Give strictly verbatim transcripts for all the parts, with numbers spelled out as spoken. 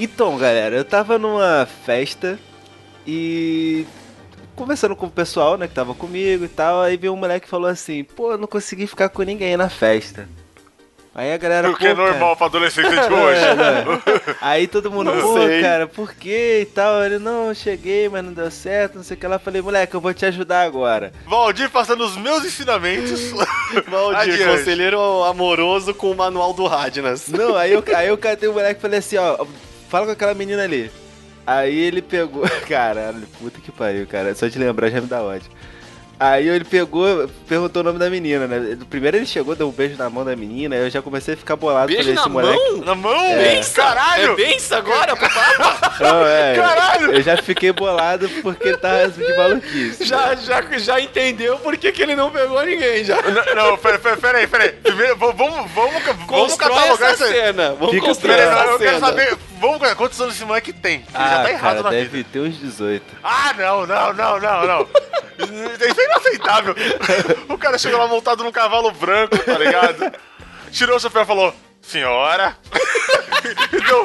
Então, galera, eu tava numa festa e conversando com o pessoal, né, que tava comigo e tal, aí veio um moleque que falou assim, pô, eu não consegui ficar com ninguém na festa. Aí a galera, o que é normal cara... pra adolescente de hoje. É, né? Aí todo mundo, Não pô, sei. cara, por quê e tal? Ele, não, eu cheguei, mas não deu certo, não sei o que lá. Eu falei, moleque, eu vou te ajudar agora. Valdir passando os meus ensinamentos. Valdir, Adiante. conselheiro amoroso com o manual do Radnas. Não, aí eu, aí eu catei o moleque e falei assim, ó, fala com aquela menina ali. Aí ele pegou, caralho, puta que pariu, cara, só de lembrar já me dá ódio. Aí ele pegou, perguntou o nome da menina, né? Primeiro ele chegou, deu um beijo na mão da menina, aí eu já comecei a ficar bolado. Beijo falei, na esse mão? moleque... Na mão? É. Bença? Caralho! É bença agora, papai? Não, é, Caralho! eu já fiquei bolado porque ele tava de maluquice. Já, já, já entendeu por que, que ele não pegou ninguém, já. Não, não pera, pera, pera aí, pera aí. Primeiro, vamos, vamos, vamos, vamos Constrói catalogar essa isso aí. cena. Vamos Fica construir Pera aí, essa não, eu cena. quero saber, vamos ver quantos anos esse moleque tem. Ele Ah, já tá errado cara, na deve vida. ter uns dezoito. Ah, não, não, não, não, não. Isso é inaceitável. O cara chegou lá montado num cavalo branco, tá ligado? Tirou o chapéu e falou, senhora. Então,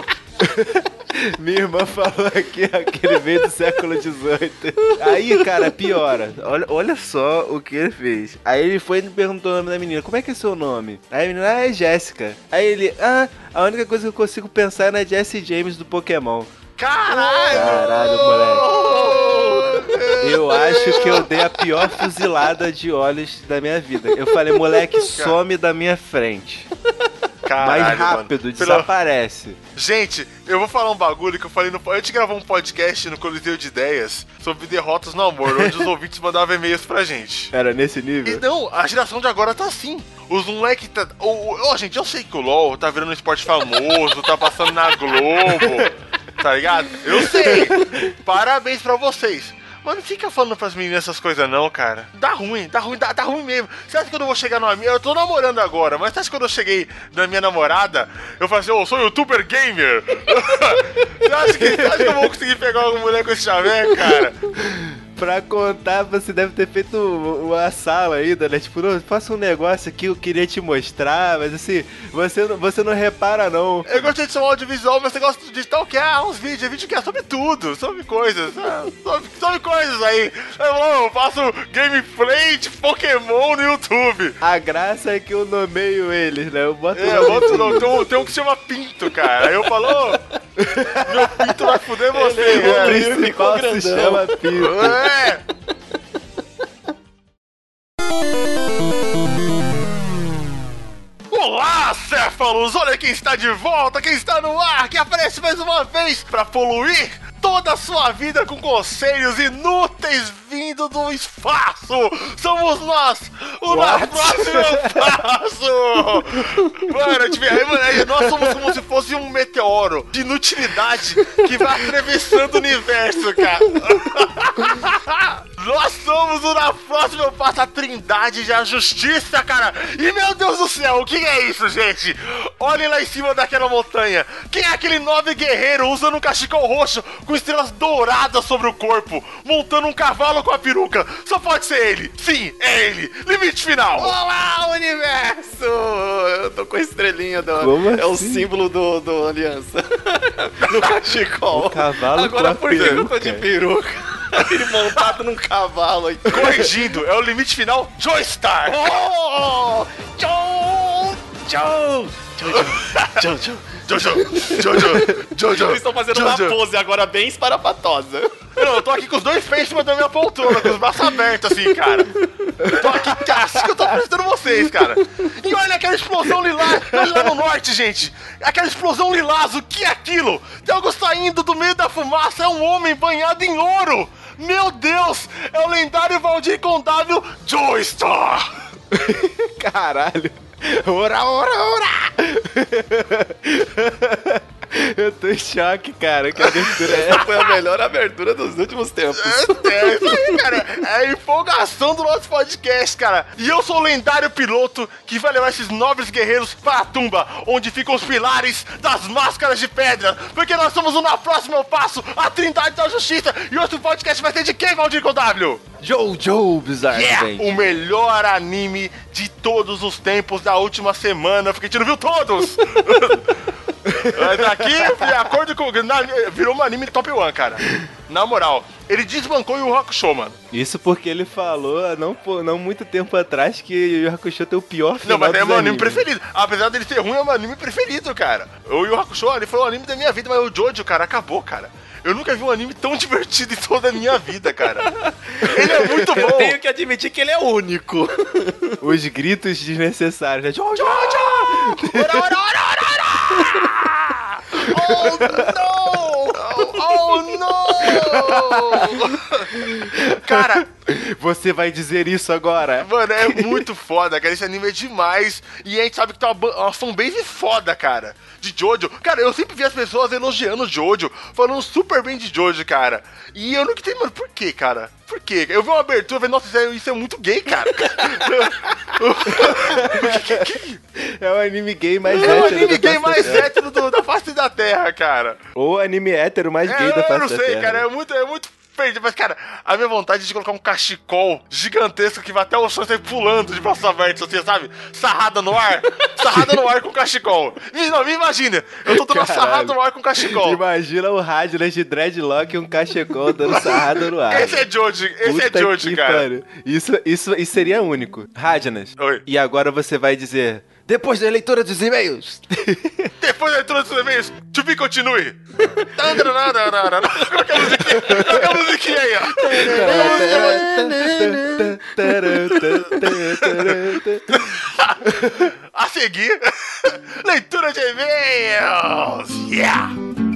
Minha irmã falou que aquele veio do século dezoito. Aí, cara, piora. Olha, olha só o que ele fez. Aí ele foi e me perguntou o nome da menina. Como é que é seu nome? Aí a menina, ah, é Jéssica. Aí ele, ah, a única coisa que eu consigo pensar é na Jessie James do Pokémon. caralho. Caralho, moleque. Eu acho que eu dei a pior fuzilada de olhos da minha vida. Eu falei, moleque, some da minha frente. Caralho, Mais rápido, mano. desaparece. Gente, eu vou falar um bagulho que eu falei no... A gente gravou um podcast no Coliseu de Ideias sobre derrotas no amor, onde os ouvintes mandavam e-mails pra gente. Era nesse E nível? não, a geração de agora tá assim. Os moleques tá... Ô, ô, gente, eu sei que o LoL tá virando um esporte famoso, tá passando na Globo, tá ligado? Eu sei. Parabéns pra vocês. Mas não fica falando pras meninas essas coisas não, cara. Dá ruim, dá ruim, dá, dá ruim mesmo. Você acha que eu não vou chegar numa minha... Eu tô namorando agora, mas você acha que quando eu cheguei na minha namorada, eu falei assim, ô, sou youtuber gamer? Você acha que, você acha que eu vou conseguir pegar alguma mulher com esse chaveco, cara? Pra contar, você deve ter feito uma sala ainda, né? Tipo, não, faça um negócio aqui, eu queria te mostrar, mas assim, você, não- você não repara não. Eu gostei de ser um audiovisual, mas você gosta de stalkear uns vídeos, vídeo que é sobre tudo, sobre coisas, ah, sobre, sobre coisas aí. Eu, eu faço gameplay de Pokémon no YouTube. A graça é que eu nomeio eles, né? Eu boto É, o eu nome boto, de- não, tem, um, tem um que se chama Pinto, cara. Aí eu falo, ô, meu Pinto vai fuder você. O é. principal se grandão. chama Pinto. É. Olá, céfalos! Olha quem está de volta, quem está no ar, que aparece mais uma vez para poluir toda a sua vida com conselhos inúteis vindo do espaço! Somos nós, o Na What? Próximo Passo! Mano, tipo, aí, mano, aí nós somos como se fosse um meteoro de inutilidade que vai atravessando o universo, cara! Nós somos o Na Próxima Passo, a trindade da justiça, cara! E meu Deus do céu, o que é isso, gente? Olhem lá em cima daquela montanha. Quem é aquele nobre guerreiro usando um cachecol roxo com estrelas douradas sobre o corpo, montando um cavalo com a peruca? Só pode ser ele. Sim, é ele. Limite final. Olá, universo! Eu tô com a estrelinha do... Como É o assim? símbolo do, do Aliança. No cachecol. O cavalo Agora com a por que eu tô peruca. de peruca? Ele montado num cavalo aí. Corrigindo, é o limite final Joystar. Oh! Tchau! Tchau! Tchau, tchau. Jojo, Jojo, Jojo. Eles estão fazendo uma Jojo. pose agora bem esparapatosa. Não, eu tô aqui com os dois pés em cima da minha poltrona, com os braços abertos assim, cara. Tô aqui, cara, assim que eu tô apresentando vocês, cara. E olha aquela explosão lilás, olha lá no norte, gente. Aquela explosão lilás, o que é aquilo? Tem algo saindo do meio da fumaça, é um homem banhado em ouro. Meu Deus, é o lendário Valdir Condável Joystar. Caralho. Ora, ora, ora! Eu tô em choque, cara. Que abertura é Essa foi a melhor abertura dos últimos tempos. É isso aí, cara. É a empolgação do nosso podcast, cara. E eu sou o lendário piloto que vai levar esses nobres guerreiros para a tumba, onde ficam os pilares das máscaras de pedra. Porque nós somos o Na Próxima Eu Passo, a Trindade da Justiça. E outro podcast vai ser de quem, Valdir W? Jojo Bizarre Yeah, Adventure. o melhor anime de todos os tempos da última semana, porque a gente não viu todos. Mas aqui, de acordo com... Na, virou um anime top one, cara. Na moral. Ele desbancou o Yu Yu Hakusho, mano. Isso porque ele falou há não, não muito tempo atrás que Yu Yu Hakusho tem o pior final. Não, mas é dos meu anime animes. preferido. Apesar dele ser ruim, é meu anime preferido, cara. O Yu Yu Hakusho, ele foi o anime da minha vida, mas o Jojo, cara, acabou, cara. Eu nunca vi um anime tão divertido em toda a minha vida, cara. Ele é muito bom. Eu tenho que admitir que ele é único. Os gritos desnecessários, né? Jojo! Ora, ora, ora, ora, ora! Oh, não! Oh, não! Cara... Você vai dizer isso agora? Mano, é muito foda, cara. Esse anime é demais. E a gente sabe que tem uma, uma fanbase foda, cara. De Jojo. Cara, eu sempre vi as pessoas elogiando Jojo, falando super bem de Jojo, cara. E eu nunca entendi, mano, por quê, cara? Por quê? Eu vi uma abertura e falei, nossa, isso é, isso é muito gay, cara. É o anime gay mais É hétero. o anime da gay face mais da Terra. hétero do, da face da Terra, cara. Ou anime hétero mais É, gay da face eu não da sei, Terra. cara. É muito, é muito feio. Mas, cara, a minha vontade é de colocar um cachecol gigantesco que vai até o chão e sair pulando de braços abertos, assim, sabe? Sarrada no ar. Sarrada no ar com cachecol. Me, não, me imagina. Eu tô dando uma Caralho. sarrada no ar com cachecol. Imagina o Radler de dreadlock e um cachecol dando sarrada no ar. Esse é Jojo, esse Puta é Jojo, que cara. pariu. Isso, isso, isso seria único. Radnas. Oi. E agora você vai dizer... Depois da leitura dos e-mails. Depois da leitura dos e-mails, to be continue. Coloca a musiquinha, coloca a musiquinha aí, ó. A seguir, leitura de e-mails. Yeah!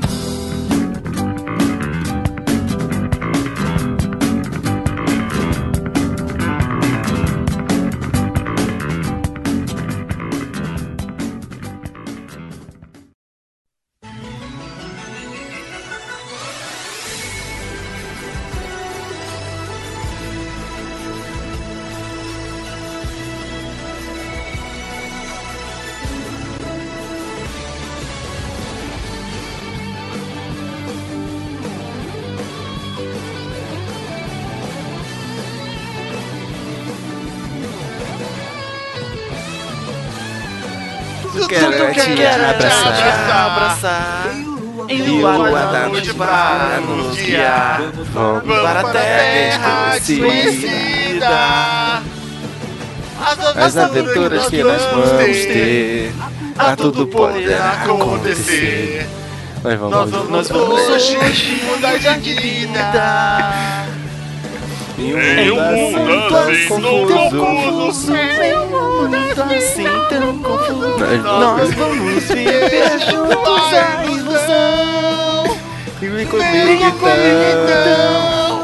Quero te abraçar. abraçar. E Em o lua lua da da noite noite para nos guiar. Vamos Para a terra desconhecida. As aventuras que nós vamos ter, a tudo poderá acontecer. Nós vamos, Nós vamos hoje mudar de vida. em um mundo assim tão confuso. Em um mundo assim tão confuso. Nós Nós vamos viver juntos a ilusão. E vem comigo então.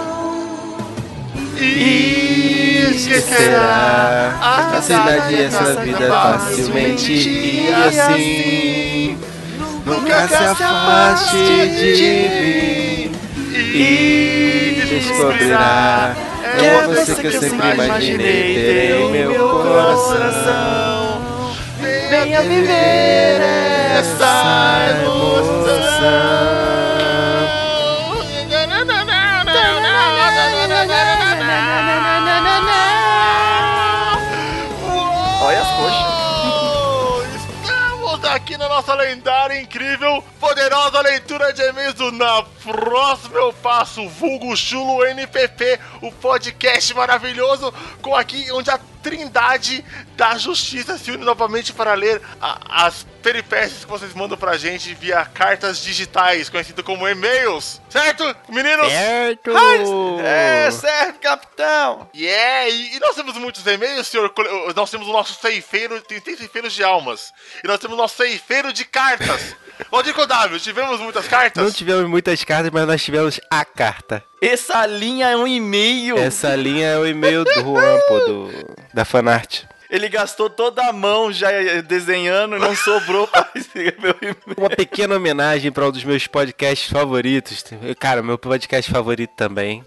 E esquecerá A cidade e essa vida facilmente e assim. Nunca se afaste de mim e descobrirá. É você que eu sempre imaginei ter em meu coração. Venha viver essa emoção. Olha as coxas. Estamos aqui na nossa lendária, incrível, poderosa leitura de e-mails do Na Próxima Eu Passo, vulgo chulo N P P, o podcast maravilhoso, com aqui onde a trindade da justiça se une novamente para ler a, as peripécias que vocês mandam pra gente via cartas digitais, conhecido como e-mails. Certo, meninos? Certo! É, certo, capitão. Yeah, e, e nós temos muitos e-mails, senhor. Nós temos o nosso ceifeiro, tem, tem ceifeiros de almas. E nós temos o nosso ceifeiro de cartas. Valdir Kodável, tivemos muitas cartas? Não tivemos muitas cartas, mas nós tivemos a carta. Essa linha é um e-mail. Essa linha é o e-mail do Juan, pô, do, da fanart. Ele gastou toda a mão já desenhando e não sobrou pra escrever meu e-mail. Uma pequena homenagem para um dos meus podcasts favoritos. Cara, meu podcast favorito também.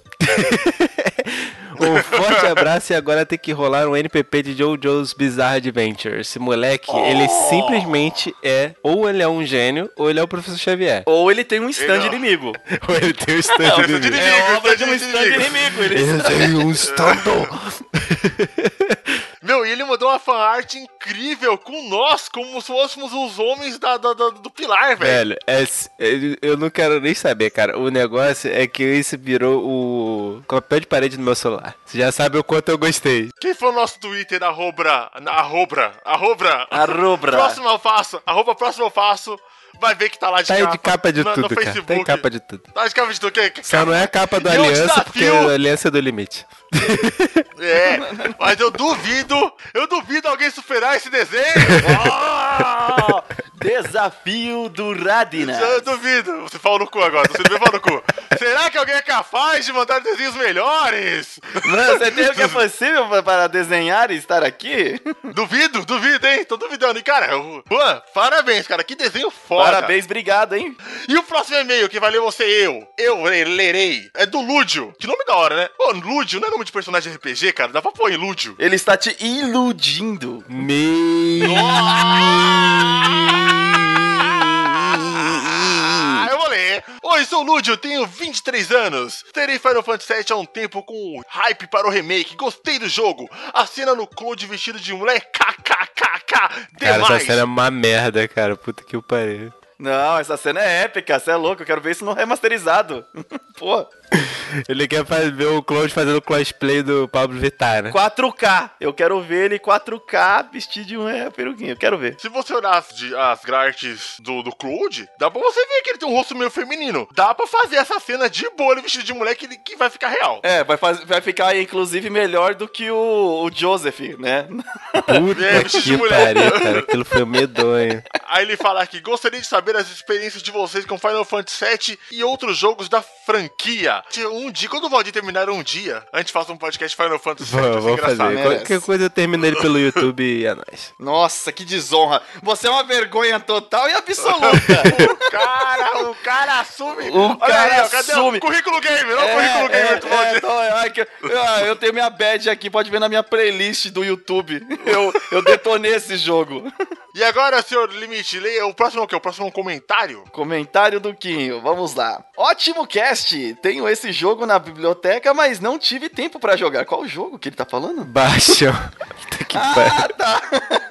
Um forte abraço e agora tem que rolar um N P P de JoJo's Bizarre Adventure. Esse moleque, Oh. ele simplesmente é, ou ele é um gênio, ou ele é o Professor Xavier. Ou ele tem um stand Ele- inimigo. Ou ele tem o stand É, o inimigo. stand É inimigo, obra de um stand stand inimigo. inimigo. Ele Eu tenho um stand. Meu, e ele mandou uma fanart incrível com nós, como se fôssemos os homens da, da- da- do Pilar, velho. Velho, é, é- eu não quero nem saber, cara. O negócio é que isso virou o papel de parede do meu celular. Você já sabe o quanto eu gostei. Quem for o nosso Twitter, arroba, arroba, arroba, Arrobra. próximo eu faço, arroba próximo eu faço, vai ver que tá lá de Tá aí capa. de capa de no, tudo, no cara. Facebook. Tá em capa de tudo. Tá de capa de tudo. Que, que, Só não é a capa do E eu Aliança, porque desafio- a Aliança é do limite. É, mas eu duvido, eu duvido alguém superar esse desenho. Ah! Desafio do Radina. Eu duvido. Você fala no cu agora, você me fala no cu. Será que alguém é capaz de mandar desenhos melhores? Mano, você tem o que é possível pra- para desenhar e estar aqui? Duvido, duvido, hein? Tô duvidando. E, cara, eu- Juan, parabéns, cara. Que desenho foda. Parabéns, obrigado, hein? E o próximo e-mail que vai ler você eu. Eu lerei. É do Lúdio. Que nome da hora, né? Pô, Lúdio não é nome de personagem R P G, cara. Dá pra pôr em Lúdio. Ele está te iludindo. Me... Ah, eu vou ler. Oi, sou o Lúdio, tenho vinte e três anos. Terei Final Fantasy sete há um tempo com hype para o remake. Gostei do jogo. A cena no Cloud vestido de moleque. Kkkk. Cara, Demais. essa cena é uma merda, cara. Puta que o pariu. Não, essa cena é épica, você é louco, eu quero ver isso no remasterizado. Pô, Ele quer fazer, ver o Cloud fazendo cosplay do Pablo Vittar, né? quatro K. Eu quero ver ele quatro K vestido de um é, peruquinho, eu quero ver. Se você olhar as, de- as artes do, do Cloud, dá pra você ver que ele tem um rosto meio feminino. Dá pra fazer essa cena de boa, ele vestido de moleque, que, que vai ficar real. É, vai, faz, vai ficar inclusive melhor do que o, o Joseph, né? Puta É, vestido de que mulher. pariu, cara. Aquilo foi medonho. Aí ele fala aqui, gostaria de saber as experiências de vocês com Final Fantasy sete e outros jogos da franquia. Um dia, quando o Valdir terminar um dia, a gente faça um podcast Final Fantasy sete, vai Vamos, ser vamos fazer. engraçado. merece. Qualquer coisa eu termino ele pelo YouTube e é nóis. Nossa, que desonra. Você é uma vergonha total e absoluta. O cara, o cara assume. O Olha cara aí, ó, cadê assume. o currículo gamer? Olha o currículo gamer do é, Valdir. tô- ai, que- ah, eu tenho minha badge aqui, pode ver na minha playlist do YouTube. Eu, eu detonei esse jogo. E agora, senhor Limite, leia o próximo é o quê? O próximo é um comentário? Comentário do Quinho, vamos lá. Ótimo cast! Tenho esse jogo na biblioteca, mas não tive tempo pra jogar. Qual o jogo que ele tá falando? Bastion. Puta que pariu. Ah, tá!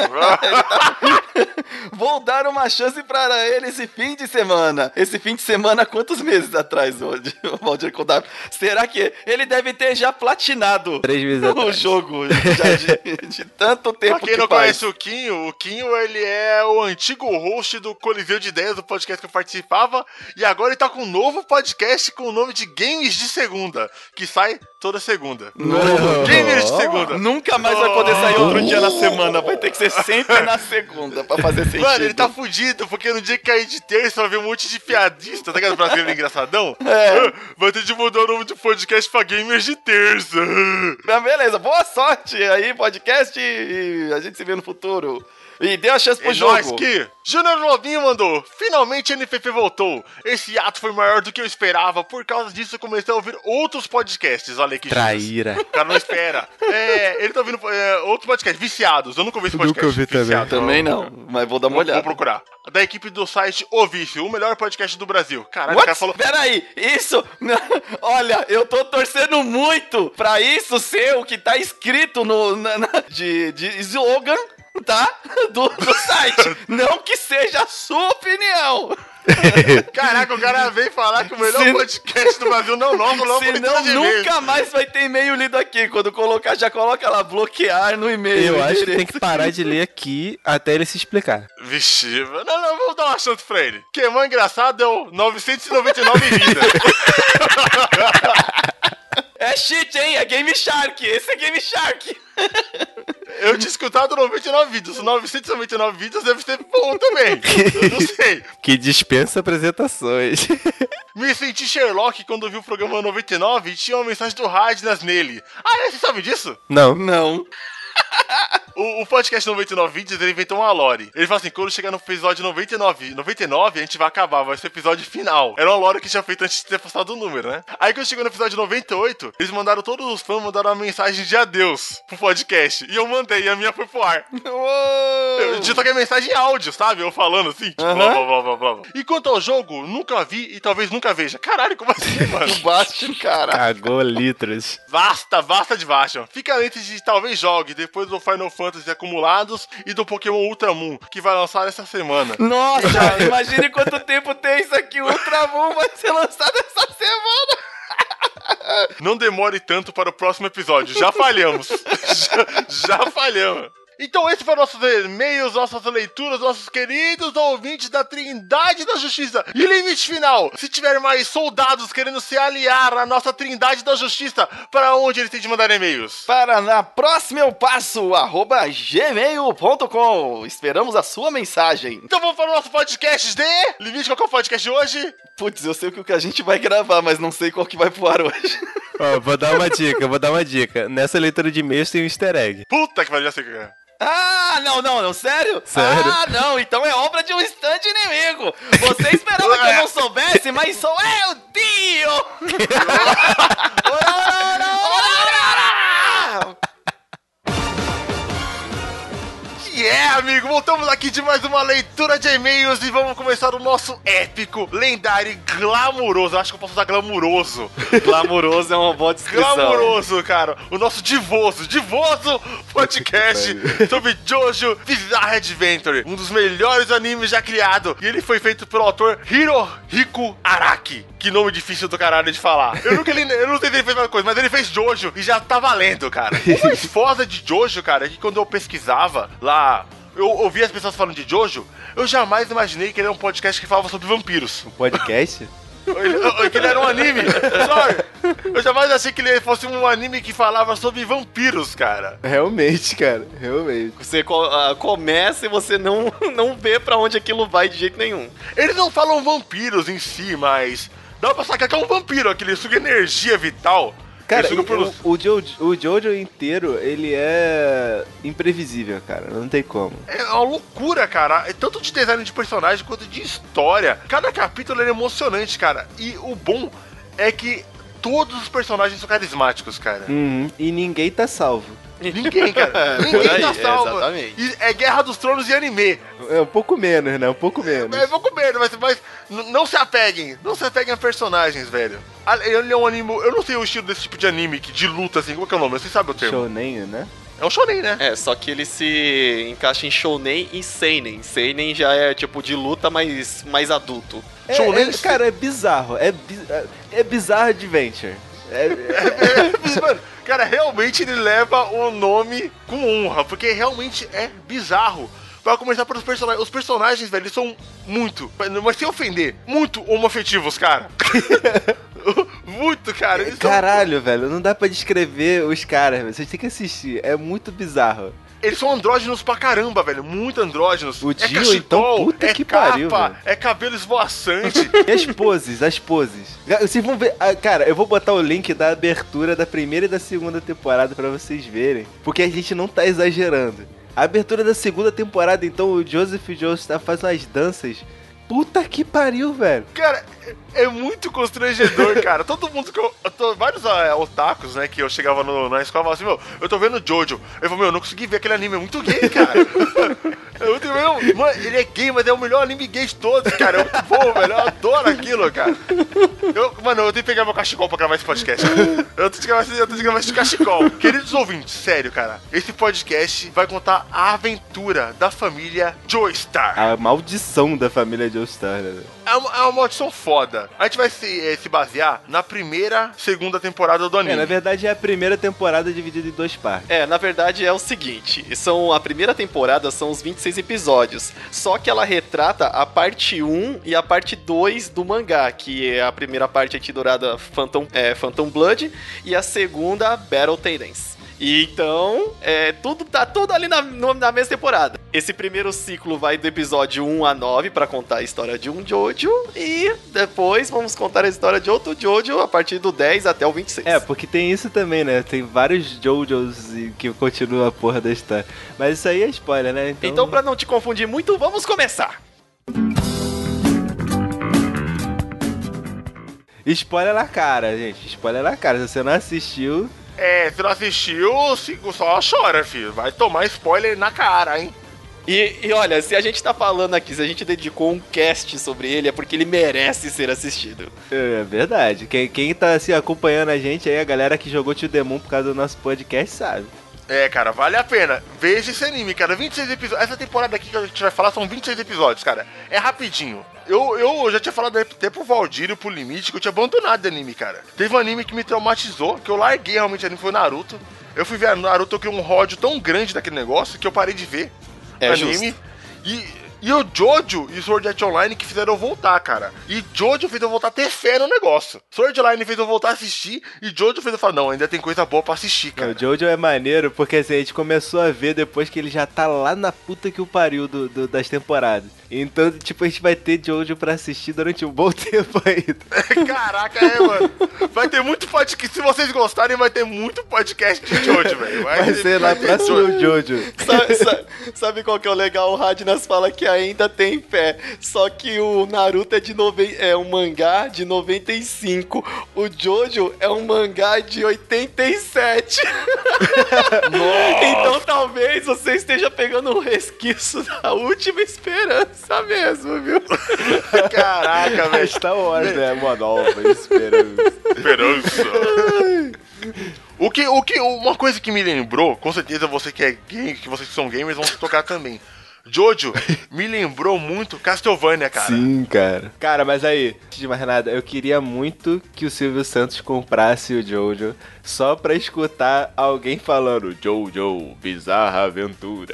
Vou dar uma chance para ele esse fim de semana. Esse fim de semana, quantos meses atrás, hoje? O Valdir Kodabi. Será que ele deve ter já platinado Três meses o atrás. jogo já de, de tanto tempo Pra quem que não faz? conhece o Quinho, o Quinho ele é o antigo host do Coliseu de Ideias, do podcast que eu participava, e agora ele tá com um novo podcast com o nome de Games de Segunda, que sai toda segunda. Não. Games de Segunda. Nunca mais vai poder sair outro dia na semana. Vai ter que ser sempre na segunda pra fazer sentido. Mano, ele tá fudido, porque no dia que cair de terça vai ver um monte de piadista, tá ligado? Brasileiro engraçadão. É. Vai ter de mudar o nome do podcast pra Gamers de Terça. Mas beleza, boa sorte aí, podcast, e a gente se vê no futuro. E dê a chance pro É jogo. nóis que Júnior Lobinho mandou. Finalmente a N F F voltou. Esse ato foi maior do que eu esperava. Por causa disso eu comecei a ouvir outros podcasts. Olha aí que justo. Traíra. O cara não espera. É, ele tá ouvindo é, outros podcasts. Viciados. Eu nunca ouvi esse Nunca podcast. ouvi também. Viciados. Também não, mas vou dar uma Vou, olhada. vou procurar. Da equipe do site O Vício, o melhor podcast do Brasil. Caralho, o What? cara falou... Peraí, isso... Olha, eu tô torcendo muito pra isso ser o que tá escrito no, na, na- de, de slogan, tá? Do, do site. Não que seja a sua opinião. Caraca, o cara veio falar que o melhor Se- podcast do Brasil não novo, logo Senão nunca mais vai ter e-mail lido aqui. Quando colocar, já coloca lá, bloquear no e-mail. Eu acho que tem endereço. que parar de ler aqui até ele se explicar. Vixe, não, não, vamos dar uma chance pra ele. Que mais engraçado é o novecentos e noventa e nove vidas. É cheat, hein? É Game Shark. Esse é Game Shark. Eu tinha escutado noventa e nove vídeos. Os novecentos e noventa e nove vídeos deve ser bom também. Eu não sei. Que dispensa apresentações. Me senti Sherlock quando vi o programa noventa e nove e tinha uma mensagem do Radnas nele. Ah, é? Você sabe disso? Não. Não. O, o podcast noventa e nove Vídeos, ele inventou uma lore. Ele fala assim, quando chegar no episódio noventa e nove, noventa e nove, a gente vai acabar, vai ser o episódio final. Era uma lore que tinha feito antes de ter passado o número, né? Aí quando chegou no episódio noventa e oito, eles mandaram, todos os fãs mandaram uma mensagem de adeus pro podcast. E eu mandei, e a minha foi pro ar. Uou! Eu digitei mensagem em áudio, sabe? Eu falando assim, tipo, Aham. blá, blá, blá, blá, blá. E quanto ao jogo, nunca vi e talvez nunca veja. Caralho, como assim, mano? O Bastion, cara. Cagou litros. Basta, basta de Bastion. Fica antes de talvez jogue, depois do Final Fantasy acumulados e do Pokémon Ultramon, que vai lançar essa semana. Nossa, imagine quanto tempo tem isso aqui. O Ultramon vai ser lançado essa semana. Não demore tanto para o próximo episódio. Já falhamos. já, já falhamos. Então esses foram nossos e-mails, nossas leituras, nossos queridos ouvintes da Trindade da Justiça. E limite final, se tiver mais soldados querendo se aliar à nossa Trindade da Justiça, para onde eles têm de mandar e-mails? Para na próxima eu passo, arroba gmail ponto com. Esperamos a sua mensagem. Então vamos para o nosso podcast de... Limite, qual que é o podcast de hoje? Putz, eu sei o que a gente vai gravar, mas não sei qual que vai pro ar hoje. Ó, vou dar uma dica, vou dar uma dica. Nessa leitura de e-mails tem um easter egg. Puta que pariu, já sei o que é. Ah, não, não, não, sério? Sério? Ah, não, então é obra de um stand inimigo. Você esperava que eu não soubesse, mas sou eu, tio! Ora, ora, ora, ora! Yeah, amigo, voltamos aqui de mais uma leitura de e-mails e vamos começar o nosso épico, lendário e glamuroso. Acho que eu posso usar glamuroso. Glamuroso é uma boa descrição. Glamuroso, cara. O nosso divoso, divoso podcast sobre Jojo Bizarre Adventure, um dos melhores animes já criado. E ele foi feito pelo autor Hirohiko Araki. Que nome difícil do caralho de falar. Eu nunca li, eu não sei se ele fez outra coisa, mas ele fez Jojo e já tá valendo, cara. O mais foda de Jojo, cara, é que quando eu pesquisava lá, eu ouvi as pessoas falando de Jojo, eu jamais imaginei que ele era um podcast que falava sobre vampiros. Um podcast? Ele, que ele era um anime. Sorry. Eu jamais achei que ele fosse um anime que falava sobre vampiros, cara. Realmente, cara, realmente. Você co- ah, começa e você não, não vê pra onde aquilo vai de jeito nenhum. Eles não falam vampiros em si, mas dá pra sacar que é um vampiro, aquele suga energia vital. Cara, Ele suga e- pelos- o, o, Jojo, o Jojo inteiro, ele é imprevisível, cara. Não tem como. É uma loucura, cara. É tanto de design de personagem quanto de história. Cada capítulo é emocionante, cara. E o bom é que todos os personagens são carismáticos, cara. Uhum. E ninguém tá salvo. Ninguém, cara. Por Ninguém aí, tá salvo. exatamente. E é Guerra dos Tronos e anime. É um pouco menos, né? Um pouco menos. É, vou com medo, mas, mas n- não se apeguem. Não se apeguem a personagens, velho. Ah, Ele é um anime... Eu não sei o estilo desse tipo de anime, que de luta, assim. Qual que é o nome? Você sabe o termo. Shounen, né? É um shonen, né? É, só que ele se encaixa em shounen e seinen. Seinen já é tipo de luta, mas mais adulto. É, Shounen- é- cara, é bizarro. É, bi- é- é bizarro adventure. É, É, mano, cara, realmente ele leva o nome com honra, porque realmente é bizarro. Pra começar pelos personagens. Os personagens, velho, eles são muito, mas sem ofender, muito homoafetivos, cara. Muito, cara. Eles são, caralho, velho. Não dá pra descrever os caras, velho. Vocês têm que assistir. É muito bizarro. eles são andrógenos pra caramba, velho. Muito andrógenos. O é Dio, cachecol, então, puta é que capa, pariu, velho. é cabelo esvoaçante. E as poses, as poses. Vocês vão ver. ah, Cara, eu vou botar o link da abertura da primeira e da segunda temporada pra vocês verem. Porque a gente não tá exagerando. A abertura da segunda temporada, então, o Joseph Joestar faz umas danças. Puta que pariu, velho. Cara, é, é muito constrangedor, cara. Todo mundo que eu. eu tô, vários é, otakus, né, que eu chegava no, na escola e falava assim, meu, eu tô vendo Jojo. Eu falei, meu, eu não consegui ver aquele anime, é muito gay, cara. É muito meu, mano, ele é gay, mas é o melhor anime gay de todos, cara. É muito bom, velho. Eu adoro aquilo, cara. Eu, mano, eu tenho que pegar meu cachecol pra gravar esse podcast. Eu tenho que gravar, eu tenho que gravar esse cachecol. Queridos ouvintes, sério, cara. Esse podcast vai contar a aventura da família Joestar. A maldição da família Joestar, né? É uma, é uma maldição foda. A gente vai se, eh, se basear na primeira, segunda temporada do anime. É, na verdade é a primeira temporada dividida em duas partes. É, na verdade é o seguinte, são a primeira temporada são os vinte e seis episódios, só que ela retrata a parte um e a parte dois do mangá, que é a primeira parte é titulada Phantom, é, Phantom Blood e a segunda Battle Titans. E então, é, tudo, tá tudo ali na, na mesma temporada. Esse primeiro ciclo vai do episódio um a nove pra contar a história de um Jojo. E depois vamos contar a história de outro Jojo a partir do dez até o vinte e seis. É, porque tem isso também, né? Tem vários Jojos e- que continuam a porra da história. Mas isso aí é spoiler, né? Então, Então, pra não te confundir muito, vamos começar. spoiler na cara, gente. Spoiler na cara. Se você não assistiu... É, se não assistiu, se- só chora, filho. Vai tomar spoiler na cara, hein? E, e olha, se a gente tá falando aqui, se a gente dedicou um cast sobre ele, é porque ele merece ser assistido. É verdade. Quem, quem tá assim, acompanhando a gente aí, a galera que jogou Tio Demon por causa do nosso podcast, sabe. É, cara, vale a pena. Veja esse anime, cara. vinte e seis episódios. Essa temporada aqui que a gente vai falar são vinte e seis episódios, cara. É rapidinho. Eu, eu já tinha falado até pro Valdir e pro Limite que eu tinha abandonado de anime, cara. Teve um anime que me traumatizou, que eu larguei realmente anime, foi Naruto. Eu fui ver Naruto, eu criei um ódio tão grande daquele negócio que eu parei de ver É anime. E, e o Jojo e o Sword Art Online que fizeram eu voltar, cara. E Jojo fez eu voltar a ter fé no negócio. Sword Art Online fez eu voltar a assistir e Jojo fez eu falar, não, ainda tem coisa boa pra assistir, cara. O Jojo é maneiro porque assim, a gente começou a ver depois que ele já tá lá na puta que o pariu do, do- das temporadas. Então, tipo, a gente vai ter Jojo pra assistir durante um bom tempo ainda. Caraca, é, mano. Vai ter muito podcast. Se vocês gostarem, vai ter muito podcast de Jojo, velho. Vai ter- ser lá vai ter próximo Jojo. Sabe, sabe- sabe qual que é o legal? O Radnas fala que ainda tem fé. Só que o Naruto é, de nove... é um mangá de noventa e cinco. O Jojo é um mangá de oitenta e sete. Então talvez você esteja pegando um resquício da última esperança mesmo, viu? Caraca, velho. Star Wars, né? Uma nova esperança. Esperança. O que, o que, uma coisa que me lembrou, com certeza você que é game, que vocês que são gamers vão se tocar também. Jojo me lembrou muito Castlevania, cara. Sim, cara. Cara, mas aí, antes de mais nada, eu queria muito que o Silvio Santos comprasse o Jojo só pra escutar alguém falando Jojo, bizarra aventura.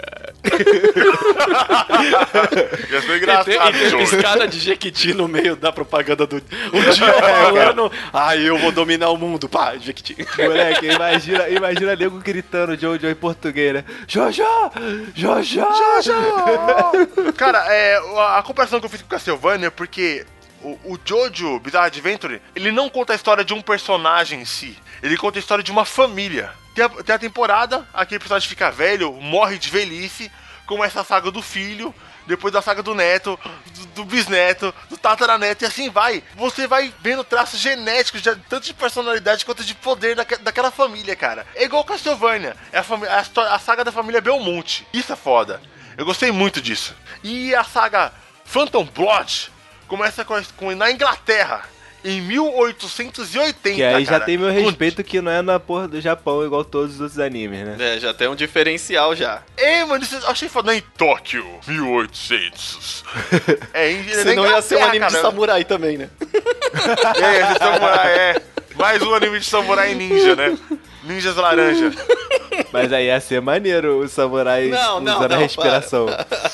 Ia ser E engraçado, tem, e tem Jojo. piscada de Jequiti no meio da propaganda do. Um dia falando, ai, eu vou dominar o mundo. Pá, Jequiti. Moleque, imagina, imagina nego gritando Jojo em português, né? Jojo! Jojo! Jojo! Cara, é, a, a comparação que eu fiz com Castlevania é porque o, o Jojo Bizarre Adventure, ele não conta a história de um personagem em si, ele conta a história de uma família. Tem a, tem a temporada, aquele personagem fica velho, morre de velhice, começa a saga do filho, depois da saga do neto, do, do bisneto, do tataraneto e assim vai. Você vai vendo traços genéticos, de, tanto de personalidade quanto de poder daque, daquela família, cara. É igual Castlevania, é a, fami- a, histó- a saga da família Belmonte. Isso é foda. Eu gostei muito disso. E a saga Phantom Blood começa com, com na Inglaterra, em mil oitocentos e oitenta, Que aí já cara. tem meu Com- respeito que não é na porra do Japão, igual todos os outros animes, né? É, já tem um diferencial já. É, mano, isso eu achei foda. Em Tóquio, mil e oitocentos. É, em, Se na não ia ser um Inglaterra, anime de cara. samurai também, né? É, de samurai, é. Mais um anime de samurai ninja, né? Ninjas laranja. Mas aí ia ser maneiro o samurai Não, não, usando a não, respiração.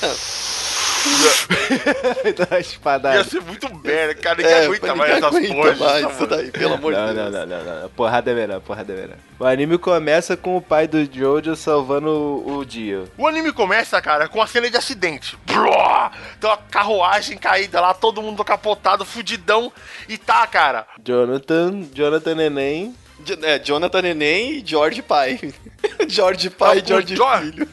Da espadada. Ia ser muito merda, cara. Ninguém É, aguenta ninguém mais essas aguenta porras. de mais samurai. isso daí, pelo amor Não, de não, Deus. não, não, não. Porrada é melhor, porrada é melhor. O anime começa com o pai do Jojo salvando o, o Dio. O anime começa, cara, com a cena de acidente. Bró! Tem uma carruagem caída lá, todo mundo capotado, fudidão. E tá, cara. Jonathan, Jonathan Neném. Jo- É, Jonathan Neném e George Pai. George Pai e o George Jo- Filho.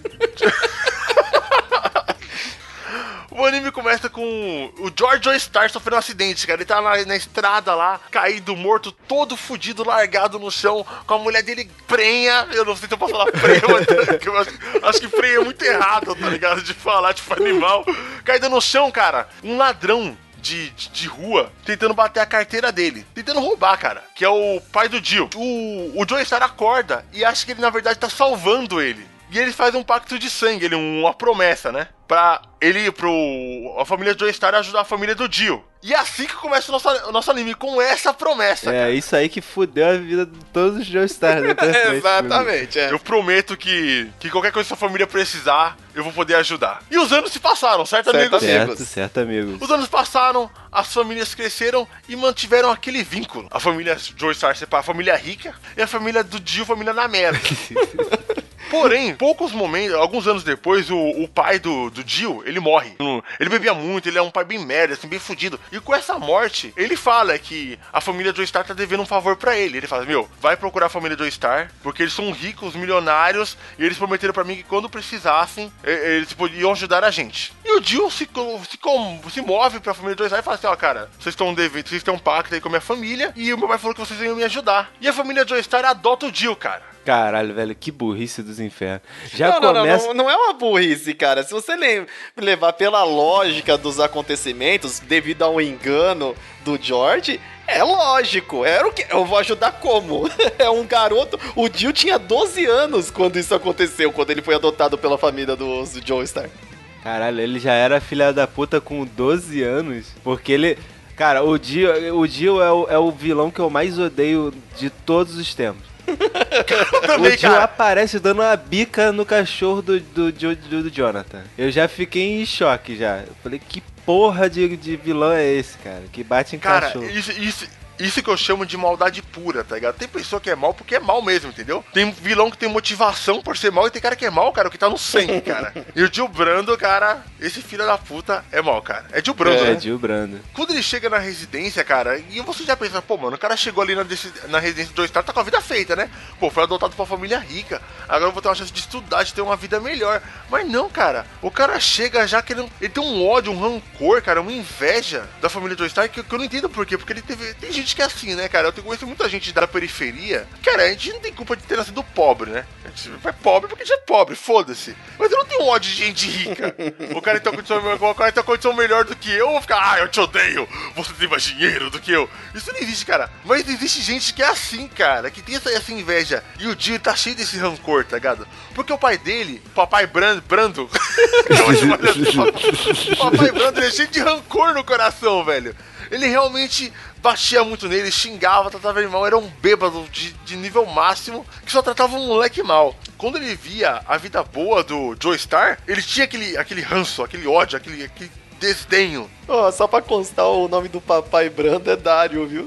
O anime começa com o George Joestar sofrendo um acidente, cara. Ele tá na, na estrada lá, caído, morto, todo fudido, largado no chão, com a mulher dele prenha. Eu não sei se eu posso falar prenha, mas eu acho, acho que prenha é muito errado, tá ligado? De falar, tipo, animal. Caído no chão, cara. Um ladrão de, de, de rua tentando bater a carteira dele. Tentando roubar, cara. Que é o pai do Dio. O, o Joestar acorda e acha que ele, na verdade, tá salvando ele. E ele faz um pacto de sangue, ele, uma promessa, né? pra ele ir pro... a família Joestar ajudar a família do Dio. E é assim que começa o nosso, o nosso anime, com essa promessa, É, cara. isso aí que fudeu a vida de todos os Joestars, né? Exatamente, é. Eu prometo que, que qualquer coisa que sua família precisar, eu vou poder ajudar. E os anos se passaram, certo, Certo, amigos? amigo. Certo, certo, amigos. Os anos passaram, as famílias cresceram e mantiveram aquele vínculo. A família Joestar separa a família rica e a família do Dio, a família Namera. Porém, poucos momentos, alguns anos depois, o, o pai do, do Dio, ele morre. Ele bebia muito, ele é um pai bem merda, assim, bem fudido. E com essa morte, ele fala que a família Joestar tá devendo um favor pra ele. Ele fala, meu, vai procurar a família Joestar, porque eles são ricos, milionários, e eles prometeram pra mim que quando precisassem, eles podiam ajudar a gente. E o Dio se, se, se move pra família Joestar e fala assim, ó, cara, vocês estão devendo, vocês têm um pacto aí com a minha família, e o meu pai falou que vocês iam me ajudar. E a família Joestar adota o Dio, cara. Caralho, velho, que burrice dos infernos. Já não, não, começa... não, não, não é uma burrice, cara. Se você le- levar pela lógica dos acontecimentos, devido a um engano do George, é lógico. Era o que? Eu vou ajudar como? É um garoto. O Dio tinha doze anos quando isso aconteceu, quando ele foi adotado pela família dos do Joestar. Caralho, ele já era filha da puta com doze anos, porque ele... Cara, o Dio, o Dio é, o, é o vilão que eu mais odeio de todos os tempos. Também, O Dio cara. aparece dando uma bica no cachorro do, do, do, do Jonathan. Eu já fiquei em choque já. Eu falei, que porra de, de vilão é esse, cara? Que bate em Cara, cachorro. isso, isso, isso que eu chamo de maldade pura, tá ligado? Tem pessoa que é mal porque é mal mesmo, entendeu? Tem vilão que tem motivação por ser mal e tem cara que é mal, cara, o que tá no sangue, cara. E o Dio Brando, cara, esse filho da puta é mal, cara. É Dio Brando, É, né? Dio Brando. Quando ele chega na residência, cara, e você já pensa, pô, mano, o cara chegou ali na, desse- na residência do Joestar, tá com a vida feita, né? Pô, foi adotado pra uma família rica, agora eu vou ter uma chance de estudar, de ter uma vida melhor. Mas não, cara, o cara chega já querendo... Ele tem um ódio, um rancor, cara, uma inveja da família Joestar que, que eu não entendo por quê, porque ele teve... Tem gente que é assim, né, cara? Eu tenho conheço muita gente da periferia. Cara, a gente não tem culpa de ter nascido pobre, né? A gente é pobre porque a gente é pobre, foda-se. Mas eu não tenho ódio de gente rica. O cara tem uma condição, o cara tem uma condição melhor do que eu, eu vou ficar, ah, eu te odeio, você tem mais dinheiro do que eu. Isso não existe, cara. Mas existe gente que é assim, cara, que tem essa, essa inveja. E o Dio tá cheio desse rancor, tá ligado? Porque o pai dele, o papai Brando, Brando eu vou chamar de assim, papai, papai Brando, ele é cheio de rancor no coração, velho. Ele realmente batia muito nele, xingava, tratava ele mal, era um bêbado de, de nível máximo que só tratava um moleque mal. Quando ele via a vida boa do Joestar, ele tinha aquele, aquele ranço, aquele ódio, aquele, aquele desdenho. Ó, só pra constar, o nome do papai Brando é Dário, viu?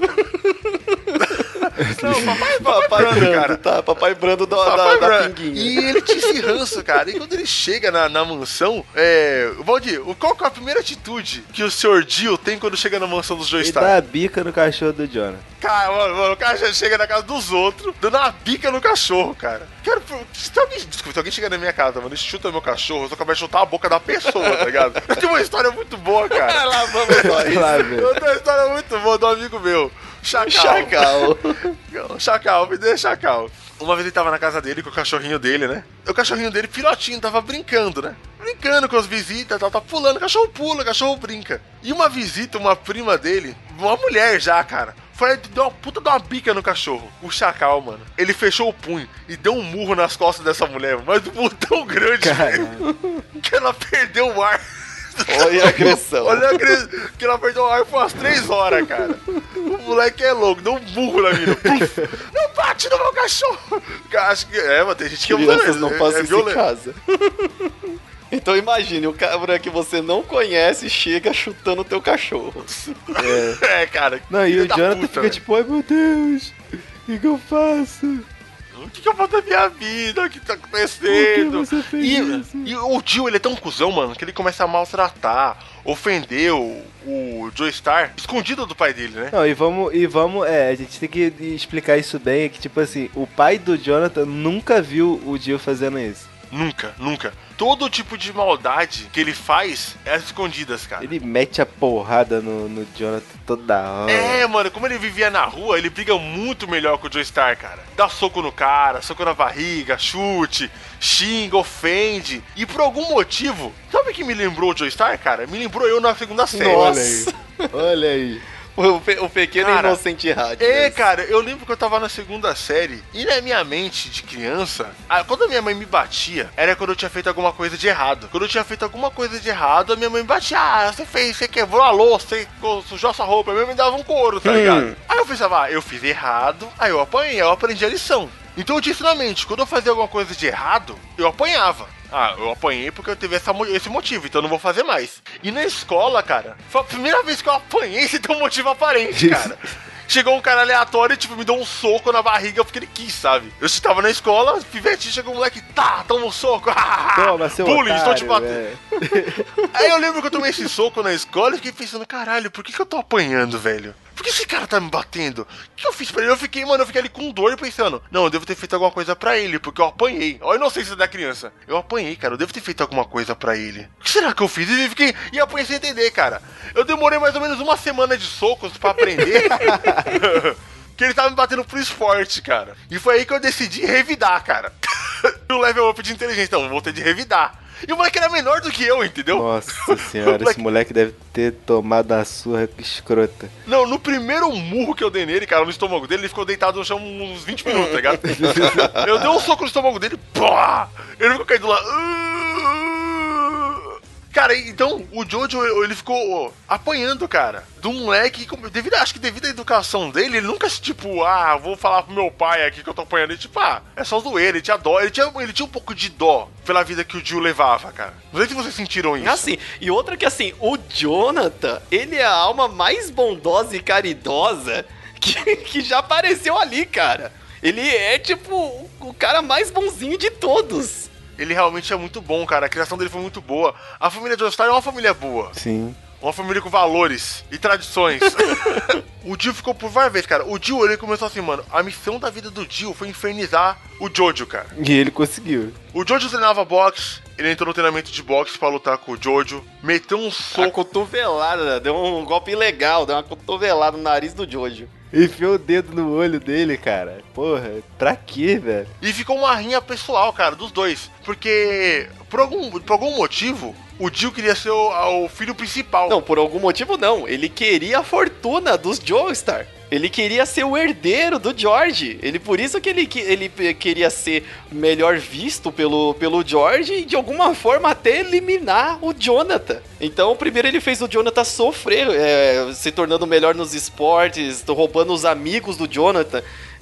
Não, papai, Papai Brando, Brando, cara. tá? Papai Brando da, Papai da, da Brando. pinguinha. E ele tinha esse ranço, cara. E quando ele chega na, na mansão, é... Valdir, qual que é a primeira atitude que o senhor Dio tem quando chega na mansão dos Ele Joestar? dá a bica no cachorro do Jonathan. Cara, mano, mano, o cara já chega na casa dos outros, dando uma bica no cachorro, cara. Quero, se tem alguém, desculpa, se alguém chegar na minha casa, mano, e chuta meu cachorro, eu só começo a chutar a boca da pessoa, tá ligado? Eu tenho uma história muito boa, cara. Lá vamos nós. Lá, velho. Eu tenho uma história muito boa de um amigo meu. Chacal. Chacal. Chacal, me dê Chacal. Uma vez ele tava na casa dele com o cachorrinho dele, né? O cachorrinho dele, filhotinho, tava brincando, né? Brincando com as visitas, tal, tá pulando, o cachorro pula, o cachorro brinca. E uma visita, uma prima dele, uma mulher já, cara, foi, deu uma puta de uma bica no cachorro. O Chacal, mano, ele fechou o punho e deu um murro nas costas dessa mulher, mas um murro tão grande, velho, que ela perdeu o ar. Olha a agressão. Olha a agressão. Que ela perdeu o ar por umas três horas, cara. O moleque é louco, deu um burro na mina. Puf. Não bate no meu cachorro. Acho que. É, mas tem gente que Crianças não é, façam é isso em violento. casa. Então imagine, o cabra que você não conhece chega chutando o teu cachorro. É, cara. Não, e filho o da Jonathan puta, fica velho. tipo, ai meu Deus, o que, que eu faço? O que, que eu faço da minha vida? O que tá Por que acontecendo? você fez E, isso? e o Dio, ele é tão cuzão, mano, que ele começa a maltratar, ofender o, o Joestar, escondido do pai dele, né? Não, e vamos, e vamos, é, a gente tem que explicar isso bem, é que tipo assim, o pai do Jonathan nunca viu o Dio fazendo isso. Nunca, nunca. Todo tipo de maldade que ele faz é às escondidas, cara. Ele mete a porrada no, no Jonathan toda hora. É, mano, como ele vivia na rua, ele briga muito melhor com o Joestar, cara. Dá soco no cara, soco na barriga, chute, xinga, ofende. E por algum motivo, sabe o que me lembrou o Joestar, cara? Me lembrou eu na segunda série. Nossa. Olha aí. O, pe- o pequeno Cara, inocente rádio. É, né? cara, eu lembro que eu tava na segunda série e na minha mente de criança, ah, quando a minha mãe me batia, era quando eu tinha feito alguma coisa de errado. Quando eu tinha feito alguma coisa de errado, a minha mãe me batia. Ah, você fez, você quebrou a louça, você sujou sua roupa. A minha mãe me dava um couro, tá Hum. ligado? Aí eu pensava, ah, eu fiz errado, aí eu apanhei, eu aprendi a lição. Então eu tinha isso na mente, quando eu fazia alguma coisa de errado, eu apanhava. Ah, eu apanhei porque eu tive essa, mo- esse motivo, então eu não vou fazer mais. E na escola, cara, foi a primeira vez que eu apanhei sem ter um motivo aparente, cara. Chegou um cara aleatório e, tipo, me deu um soco na barriga porque ele quis, sabe? Eu estava na escola, pivetinho, chegou um moleque, tá, toma um soco. Toma, seu Bullying, estou otário, te batendo. Aí eu lembro que eu tomei esse soco na escola e fiquei pensando, caralho, por que, que eu tô apanhando, velho? Por que esse cara tá me batendo? O que eu fiz pra ele? Eu fiquei, mano, eu fiquei ali com dor pensando, não, eu devo ter feito alguma coisa pra ele, porque eu apanhei. Olha a inocência da criança. Eu apanhei, cara, eu devo ter feito alguma coisa pra ele. O que será que eu fiz? E eu fiquei, e apanhei sem entender, cara. Eu demorei mais ou menos uma semana de socos pra aprender que ele tava me batendo pro esporte, cara. E foi aí que eu decidi revidar, cara. O level up de inteligência, então, eu voltei de revidar. E o moleque era menor do que eu, entendeu? Nossa senhora, Moleque- esse moleque deve ter tomado a surra escrota. Não, no primeiro murro que eu dei nele, cara, no estômago dele, ele ficou deitado no chão uns vinte minutos, tá ligado? Eu dei um soco no estômago dele, pá! Ele ficou caído lá. Cara, então o Jojo, ele ficou apanhando, cara, do moleque, devido, acho que devido à educação dele, ele nunca, tipo, ah, vou falar pro meu pai aqui que eu tô apanhando. Ele, tipo, ah, é só zoeira, ele tinha dó, ele tinha, ele tinha um pouco de dó pela vida que o Jill levava, cara. Não sei se vocês sentiram isso. Assim, e outra que assim, o Jonathan, ele é a alma mais bondosa e caridosa que, que já apareceu ali, cara. Ele é, tipo, o, o cara mais bonzinho de todos. Ele realmente é muito bom, cara. A criação dele foi muito boa. A família Joestar é uma família boa. Sim. Uma família com valores e tradições. O Jill ficou por várias vezes, cara. O Jill, ele começou assim, mano. A missão da vida do Jill foi infernizar o Jojo, cara. E ele conseguiu. O Jojo treinava boxe. Ele entrou no treinamento de boxe pra lutar com o Jojo. Meteu um A soco. cotovelada, deu um golpe legal, deu uma cotovelada no nariz do Jojo. Enfiou o dedo no olho dele, cara. Porra, pra quê, velho? E ficou uma rinha pessoal, cara, dos dois. Porque, por algum, por algum motivo, o Jill queria ser o, o filho principal. Não, por algum motivo não. Ele queria a fortuna dos Joestar. Ele queria ser o herdeiro do George. Ele, por isso que ele, que ele queria ser melhor visto pelo, pelo George e de alguma forma até eliminar o Jonathan. Então, primeiro ele fez o Jonathan sofrer, é, se tornando melhor nos esportes, roubando os amigos do Jonathan.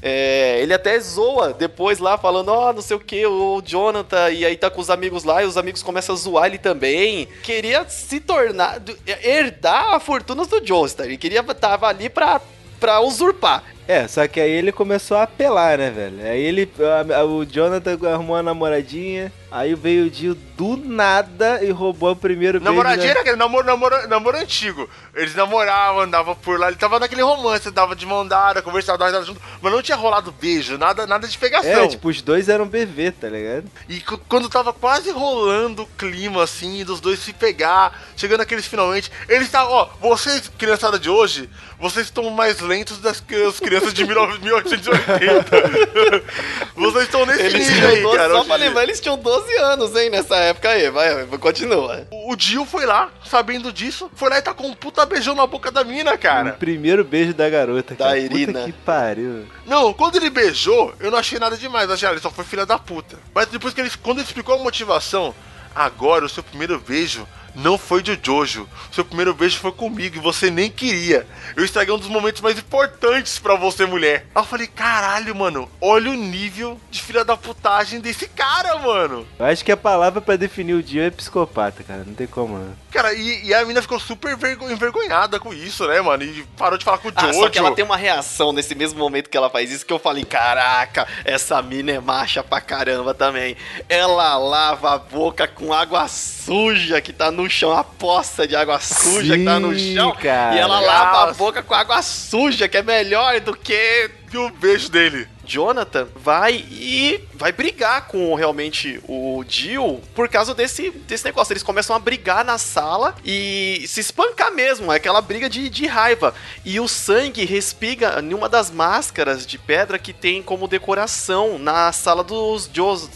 É, ele até zoa depois lá, falando, ó, oh, não sei o que, o Jonathan, e aí tá com os amigos lá, e os amigos começam a zoar ele também. Queria se tornar, herdar a fortuna do Joestar. Ele queria, tava ali pra, pra usurpar. É, só que aí ele começou a apelar, né, velho? Aí ele, a- a- o Jonathan arrumou uma namoradinha, aí veio o Jill do nada e roubou o primeiro beijo. Namoradinha da- era aquele namoro, namoro, namoro antigo. Eles namoravam, andavam por lá, ele tava naquele romance, dava de mão dada, conversava, dava junto, mas não tinha rolado beijo, nada, nada de pegação. É, tipo, os dois eram bebê, tá ligado? E c- quando tava quase rolando o clima, assim, dos dois se pegar, chegando aqueles finalmente, eles estavam, ó, vocês, criançada de hoje, vocês estão mais lentos das que as crianças de mil oitocentos e oitenta. Vocês estão nesse Eles nível tinham aí, doze, cara. só hoje pra em dia. lembrar, eles tinham doze anos, hein, nessa época aí. Vai, vai, continua. O Jill foi lá, sabendo disso, foi lá e tacou um puta beijão na boca da mina, cara. O primeiro beijo da garota, Da cara. Irina. Puta que pariu. Não, quando ele beijou, eu não achei nada demais. Eu achei, ah, ele só foi filha da puta. Mas depois que ele, quando ele explicou a motivação, agora o seu primeiro beijo não foi de Jojo. O seu primeiro beijo foi comigo e você nem queria. Eu estraguei um dos momentos mais importantes pra você, mulher. Aí eu falei, caralho, mano, olha o nível de filha da putagem desse cara, mano. Eu acho que a palavra pra definir o Jill é psicopata, cara. Não tem como, não. Cara, e, e a mina ficou super vergo- envergonhada com isso, né, mano? E parou de falar com o Ah, Jojo. só que ela tem uma reação nesse mesmo momento que ela faz isso que eu falei, caraca, essa mina é macha pra caramba também. Ela lava a boca com água suja que tá no chão, a poça de água suja que tá no Sim, chão. cara. E ela lava a Nossa. boca com água suja, que é melhor do que... E o beijo dele. Jonathan vai e vai brigar com realmente o Jill por causa desse, desse negócio. Eles começam a brigar na sala e se espancar mesmo, é aquela briga de, de raiva. E o sangue respinga em uma das máscaras de pedra que tem como decoração na sala dos Joestar.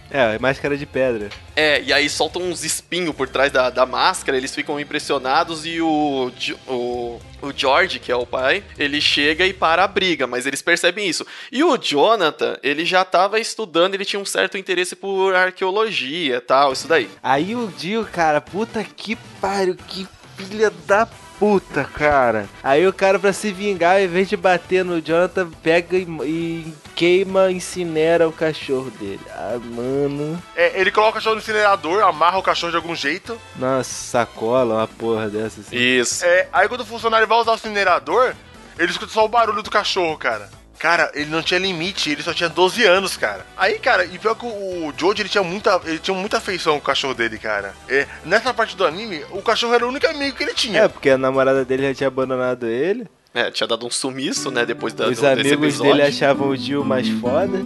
É, máscara de pedra. É, e aí soltam uns espinhos por trás da, da máscara, eles ficam impressionados e o, o, o George, que é o pai, ele chega e para a briga, mas eles percebem isso. E o Jonathan, ele já tava estudando, ele tinha um certo interesse por arqueologia e tal, isso daí. Aí o Dio, cara, puta que pariu, que filha da puta, cara. Aí o cara, pra se vingar, ao invés de bater no Jonathan, pega e, e queima, incinera o cachorro dele. Ah, mano. É, ele coloca o cachorro no incinerador, amarra o cachorro de algum jeito. Nossa, sacola, uma porra dessa assim. Isso. É, aí quando o funcionário vai usar o incinerador, ele escuta só o barulho do cachorro, cara. Cara, ele não tinha limite, ele só tinha doze anos, cara. Aí, cara, e pior que o Jojo, ele tinha muita, ele tinha muita afeição com o cachorro dele, cara. É, nessa parte do anime, o cachorro era o único amigo que ele tinha. É, porque a namorada dele já tinha abandonado ele. É, tinha dado um sumiço, né, depois da, Os do, desse amigos episódio. dele achavam o Dio mais foda.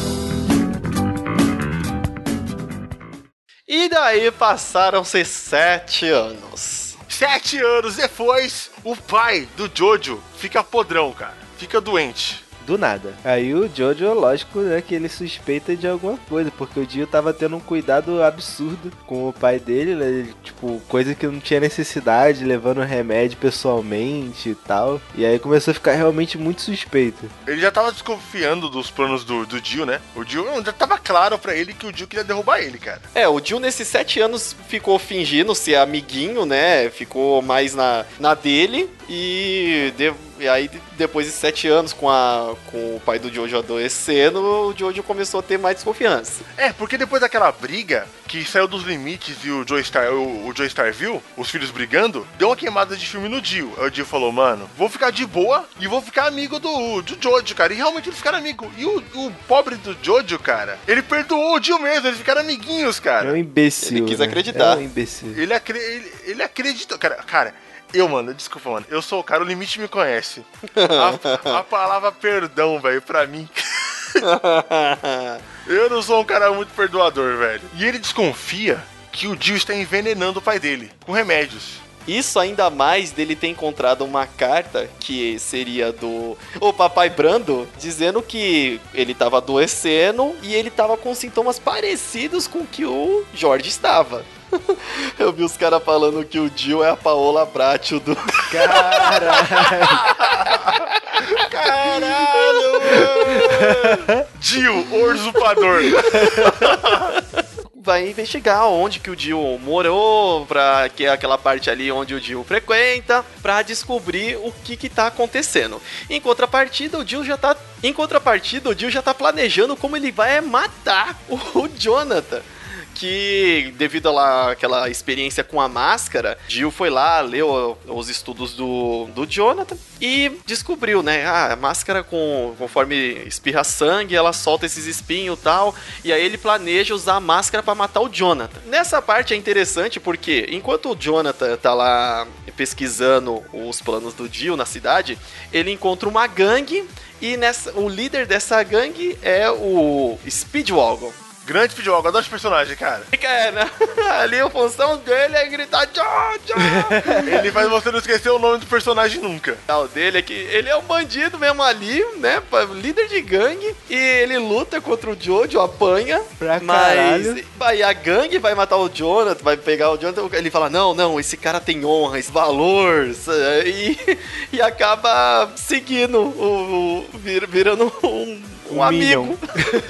E daí passaram-se sete anos. Sete anos depois, o pai do Jojo fica podrão, cara. Fica doente. Do nada. Aí o Jojo, lógico, né, que ele suspeita de alguma coisa, porque o Dio tava tendo um cuidado absurdo com o pai dele, né, ele, tipo, coisa que não tinha necessidade, levando remédio pessoalmente e tal. E aí começou a ficar realmente muito suspeito. Ele já tava desconfiando dos planos do, do Dio, né? O Dio, já tava claro pra ele que o Dio queria derrubar ele, cara. É, o Jill nesses sete anos ficou fingindo ser amiguinho, né? Ficou mais na, na dele e, de, e aí depois de sete anos com, a, com o pai do Jojo adoecendo, o Jojo começou a ter mais desconfiança. É, porque depois daquela briga que saiu dos limites e o Joestar, o, o Joestar viu os filhos brigando, deu uma queimada de filme no Dio. Aí o Dio falou, mano, vou ficar de boa e vou ficar amigo do, do Jojo, cara. E realmente eles ficaram amigos. E o, o pobre do Jojo, cara, ele perdoou o Dio mesmo, eles ficaram amiguinhos, cara. É um imbecil. Ele quis né? acreditar. É um imbecil. Ele, acre ele, ele acreditou, cara, cara. Eu, mano, desculpa, mano. Eu sou o cara, o limite me conhece. A, a palavra perdão, velho, pra mim. Eu não sou um cara muito perdoador, velho. E ele desconfia que o Dio está envenenando o pai dele com remédios. Isso ainda mais dele ter encontrado uma carta que seria do o Papai Brando, dizendo que ele tava adoecendo e ele tava com sintomas parecidos com que o Jorge estava. Eu vi os caras falando que o Dio é a Paola Bracho do... Caralho. Caralho, mano! Dio, o usurpador. Vai investigar onde que o Dio morou, pra, que é aquela parte ali onde o Dio frequenta, pra descobrir o que que tá acontecendo. Em contrapartida, o Dio já tá, em contrapartida, o Dio já tá planejando como ele vai matar o, o Jonathan. Que, devido àquela experiência com a máscara, Jill foi lá, leu os estudos do, do Jonathan e descobriu, né? Ah, a máscara, com, conforme espirra sangue, ela solta esses espinhos e tal. E aí ele planeja usar a máscara pra matar o Jonathan. Nessa parte é interessante porque, enquanto o Jonathan tá lá pesquisando os planos do Jill na cidade, ele encontra uma gangue e nessa, o líder dessa gangue é o Speedwagon. Grande Speedwagon, adoro esse personagem, cara. É, né? Ali a função dele é gritar John, John. Ele faz você não esquecer o nome do personagem nunca. O dele é que ele é um bandido mesmo ali, né? Líder de gangue. E ele luta contra o Jojo, apanha. Pra mas caralho. aí a gangue vai matar o Jonathan, vai pegar o Jonathan. Ele fala: não, não, esse cara tem honra, esse valor. E, e acaba seguindo, o, o, virando um. Um, um amigo.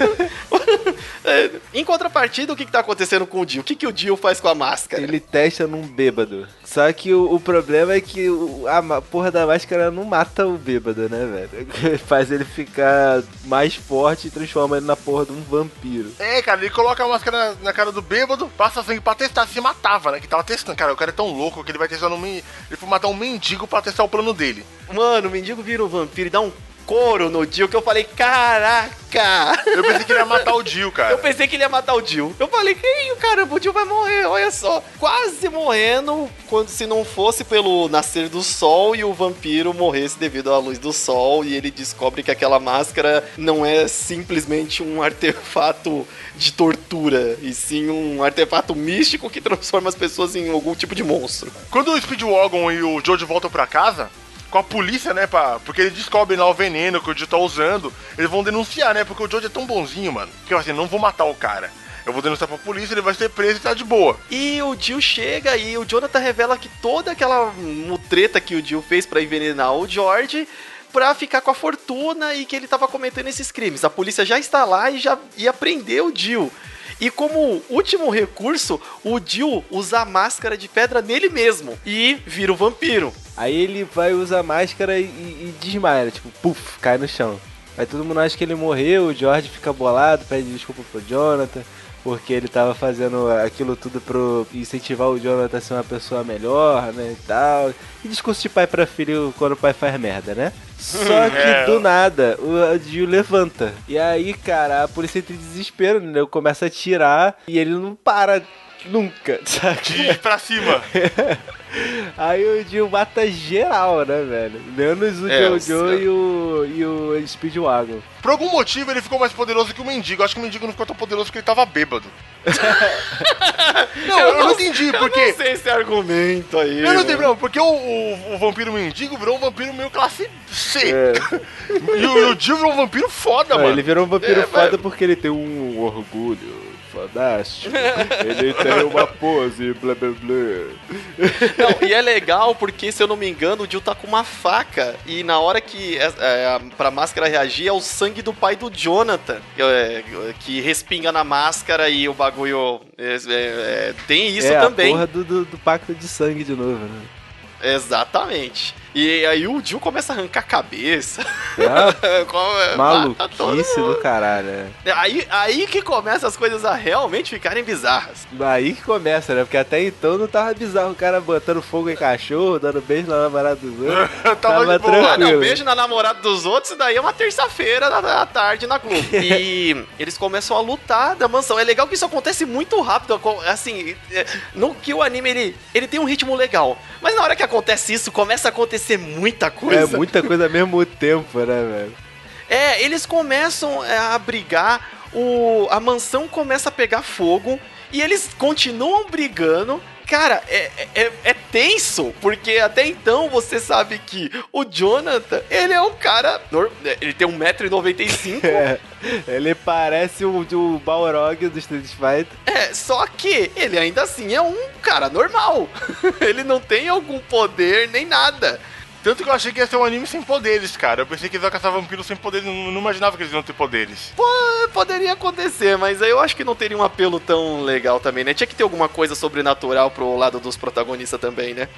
É, em contrapartida, o que, que tá acontecendo com o Dio? O que, que o Dio faz com a máscara? Ele testa num bêbado. Só que o, o problema é que o, a porra da máscara não mata o bêbado, né, velho? Faz ele ficar mais forte e transforma ele na porra de um vampiro. É, cara, ele coloca a máscara na, na cara do bêbado, passa sangue pra testar se matava, né? Que tava testando. Cara, o cara é tão louco que ele vai testar no men... Ele foi matar um mendigo pra testar o plano dele. Mano, o mendigo vira um vampiro e dá um couro no Dio, que eu falei, caraca! Eu pensei que ele ia matar o Dio, cara. Eu pensei que ele ia matar o Dio. Eu falei, ei, caramba, o Dio vai morrer, olha só. Quase morrendo, quando se não fosse pelo nascer do sol e o vampiro morresse devido à luz do sol, e ele descobre que aquela máscara não é simplesmente um artefato de tortura, e sim um artefato místico que transforma as pessoas em algum tipo de monstro. Quando o Speedwagon e o Jojo voltam pra casa, com a polícia, né, pá, porque eles descobrem lá o veneno que o Dio tá usando, eles vão denunciar, né, porque o Jojo é tão bonzinho, mano, que eu assim, não vou matar o cara, eu vou denunciar pra polícia, ele vai ser preso e tá de boa. E o Jill chega e o Jonathan revela que toda aquela mutreta que o Jill fez pra envenenar o George pra ficar com a fortuna e que ele tava cometendo esses crimes. A polícia já está lá e já ia prender o Jill. E como último recurso, o Jill usa a máscara de pedra nele mesmo e vira o vampiro. Aí ele vai usar a máscara e, e desmaia, tipo, puf, cai no chão. Aí todo mundo acha que ele morreu, o George fica bolado, pede desculpa pro Jonathan, porque ele tava fazendo aquilo tudo pro incentivar o Jonathan a ser uma pessoa melhor, né, e tal. E discurso de pai pra filho quando o pai faz merda, né? Só que É. do nada, o Jill levanta. E aí, cara, a polícia entra em desespero, né? Começa a atirar e ele não para nunca, sabe? De ir pra cima. Aí o Jill mata geral, né, velho? Menos o É, Jojo o- e o, e o Speedwagon. Por algum motivo ele ficou mais poderoso que o mendigo. Acho que o mendigo não ficou tão poderoso porque ele tava bêbado. Não, eu, não entendi, porque. Eu não sei esse argumento aí. Eu não mano. entendi, não, porque o, o, o vampiro mendigo virou um vampiro meio classe C. É. E o, e o Jill virou um vampiro foda, Não, mano. ele virou um vampiro É, foda mas- porque ele tem um orgulho fantástico. Ele tem uma pose, blá blá blá. Não, e é legal porque, se eu não me engano, o Jill tá com uma faca e na hora que é, é, pra máscara reagir é o sangue do pai do Jonathan que, é, que respinga na máscara e o bagulho é, é, é, tem isso é, também. a porra do, do, do pacto de sangue de novo, né? Exatamente. E aí o Jill começa a arrancar a cabeça. É Come- uma mata todo maluquice mundo. do caralho, né? Aí, aí que começa as coisas a realmente ficarem bizarras. Aí que começa, né? Porque até então não tava bizarro o cara botando fogo em cachorro, dando beijo na namorada dos outros. Tava Tava de boa. tranquilo. Ah, não, beijo na namorada dos outros, isso daí é uma terça-feira da- à tarde na Globo. E eles começam a lutar da mansão. É legal que isso acontece muito rápido, assim, é, no que o anime, ele, ele tem um ritmo legal. Mas na hora que acontece isso, começa a acontecer muita coisa. É muita coisa ao mesmo tempo, né, velho? É, eles começam é, a brigar, o, a mansão começa a pegar fogo e eles continuam brigando. Cara, é, é, é tenso, porque até então você sabe que o Jonathan, ele é um cara, nor- ele tem um metro e noventa e cinco, É, ele parece o, o Balrog do Street Fighter. é, só que ele ainda assim é um cara normal, ele não tem algum poder nem nada. Tanto que eu achei que ia ser um anime sem poderes, cara. Eu pensei que eles iam caçar vampiros sem poderes. Não, não imaginava que eles iam ter poderes. Pô, poderia acontecer, mas aí eu acho que não teria um apelo tão legal também, né? Tinha que ter alguma coisa sobrenatural pro lado dos protagonistas também, né?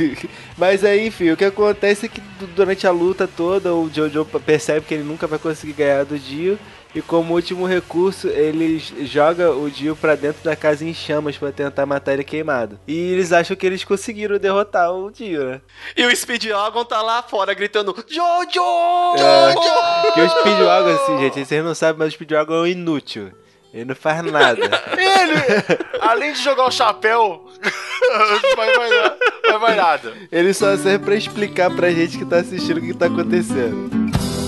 Mas aí, enfim, o que acontece é que du- durante a luta toda, o Jojo percebe que ele nunca vai conseguir ganhar do Dio. E como último recurso, ele j- joga o Dio pra dentro da casa em chamas pra tentar matar ele queimado. E eles acham que eles conseguiram derrotar o Dio, né? E o Speedwagon tá lá fora gritando Jojo! É. Jojo! Porque o Speedwagon, assim, gente, vocês não sabem, mas o Speedwagon é um inútil. Ele não faz nada. Ele, além de jogar o chapéu, não vai mais nada. Não vai nada. Ele só serve pra explicar pra gente que tá assistindo o que tá acontecendo.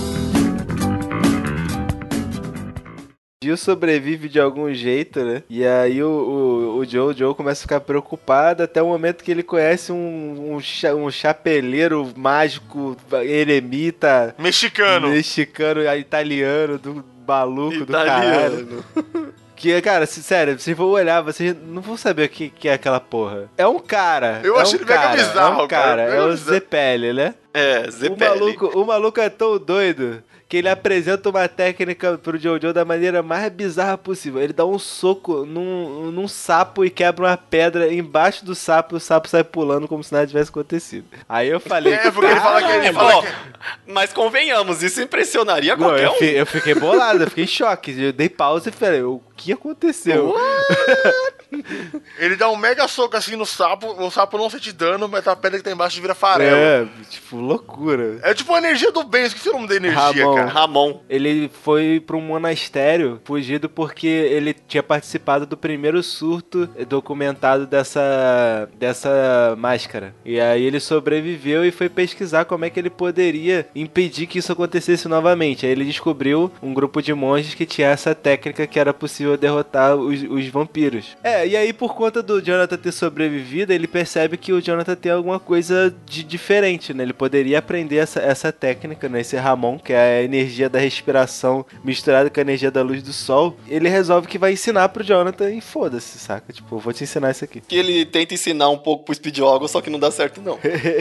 Jill sobrevive de algum jeito, né? E aí o, o, o Joe, o Joe começa a ficar preocupado até o momento que ele conhece um, um, cha- um chapeleiro mágico, eremita, Mexicano. mexicano, italiano, do maluco, do Italiano. caralho. Que, cara, se- sério, vocês vão olhar, vocês não vão saber o que, que é aquela porra. É um cara. Eu é achei um ele mega cara, bizarro, é um cara, cara. mega É o bizarro. Zepele, né? É, O Zepeli. maluco, o maluco é tão doido que ele apresenta uma técnica pro Jojo da maneira mais bizarra possível. Ele dá um soco num, num sapo e quebra uma pedra embaixo do sapo e o sapo sai pulando como se nada tivesse acontecido. Aí eu falei... É, porque ele fala que ele É, fala ó, que... mas convenhamos, isso impressionaria Não, qualquer eu, um. fi- eu fiquei bolado, eu fiquei em choque. Eu dei pausa e falei, o que aconteceu? Ele dá um mega soco assim no sapo, o sapo não sente dano, mas a pedra que tá embaixo vira farelo. É, tipo, loucura. É tipo a energia do bem, esqueci o nome da energia, Ramon. cara. Ramon. Ele foi para um monastério fugido porque ele tinha participado do primeiro surto documentado dessa, dessa máscara. E aí ele sobreviveu e foi pesquisar como é que ele poderia impedir que isso acontecesse novamente. Aí ele descobriu um grupo de monges que tinha essa técnica que era possível possível derrotar os, os vampiros. É, e aí por conta do Jonathan ter sobrevivido, ele percebe que o Jonathan tem alguma coisa de diferente, né? Ele poderia aprender essa, essa técnica, né? Esse Ramon, que é a energia da respiração misturada com a energia da luz do sol. Ele resolve que vai ensinar pro Jonathan e foda-se, saca? Tipo, eu vou te ensinar isso aqui. Que ele tenta ensinar um pouco pro Speedwagon, só que não dá certo, não.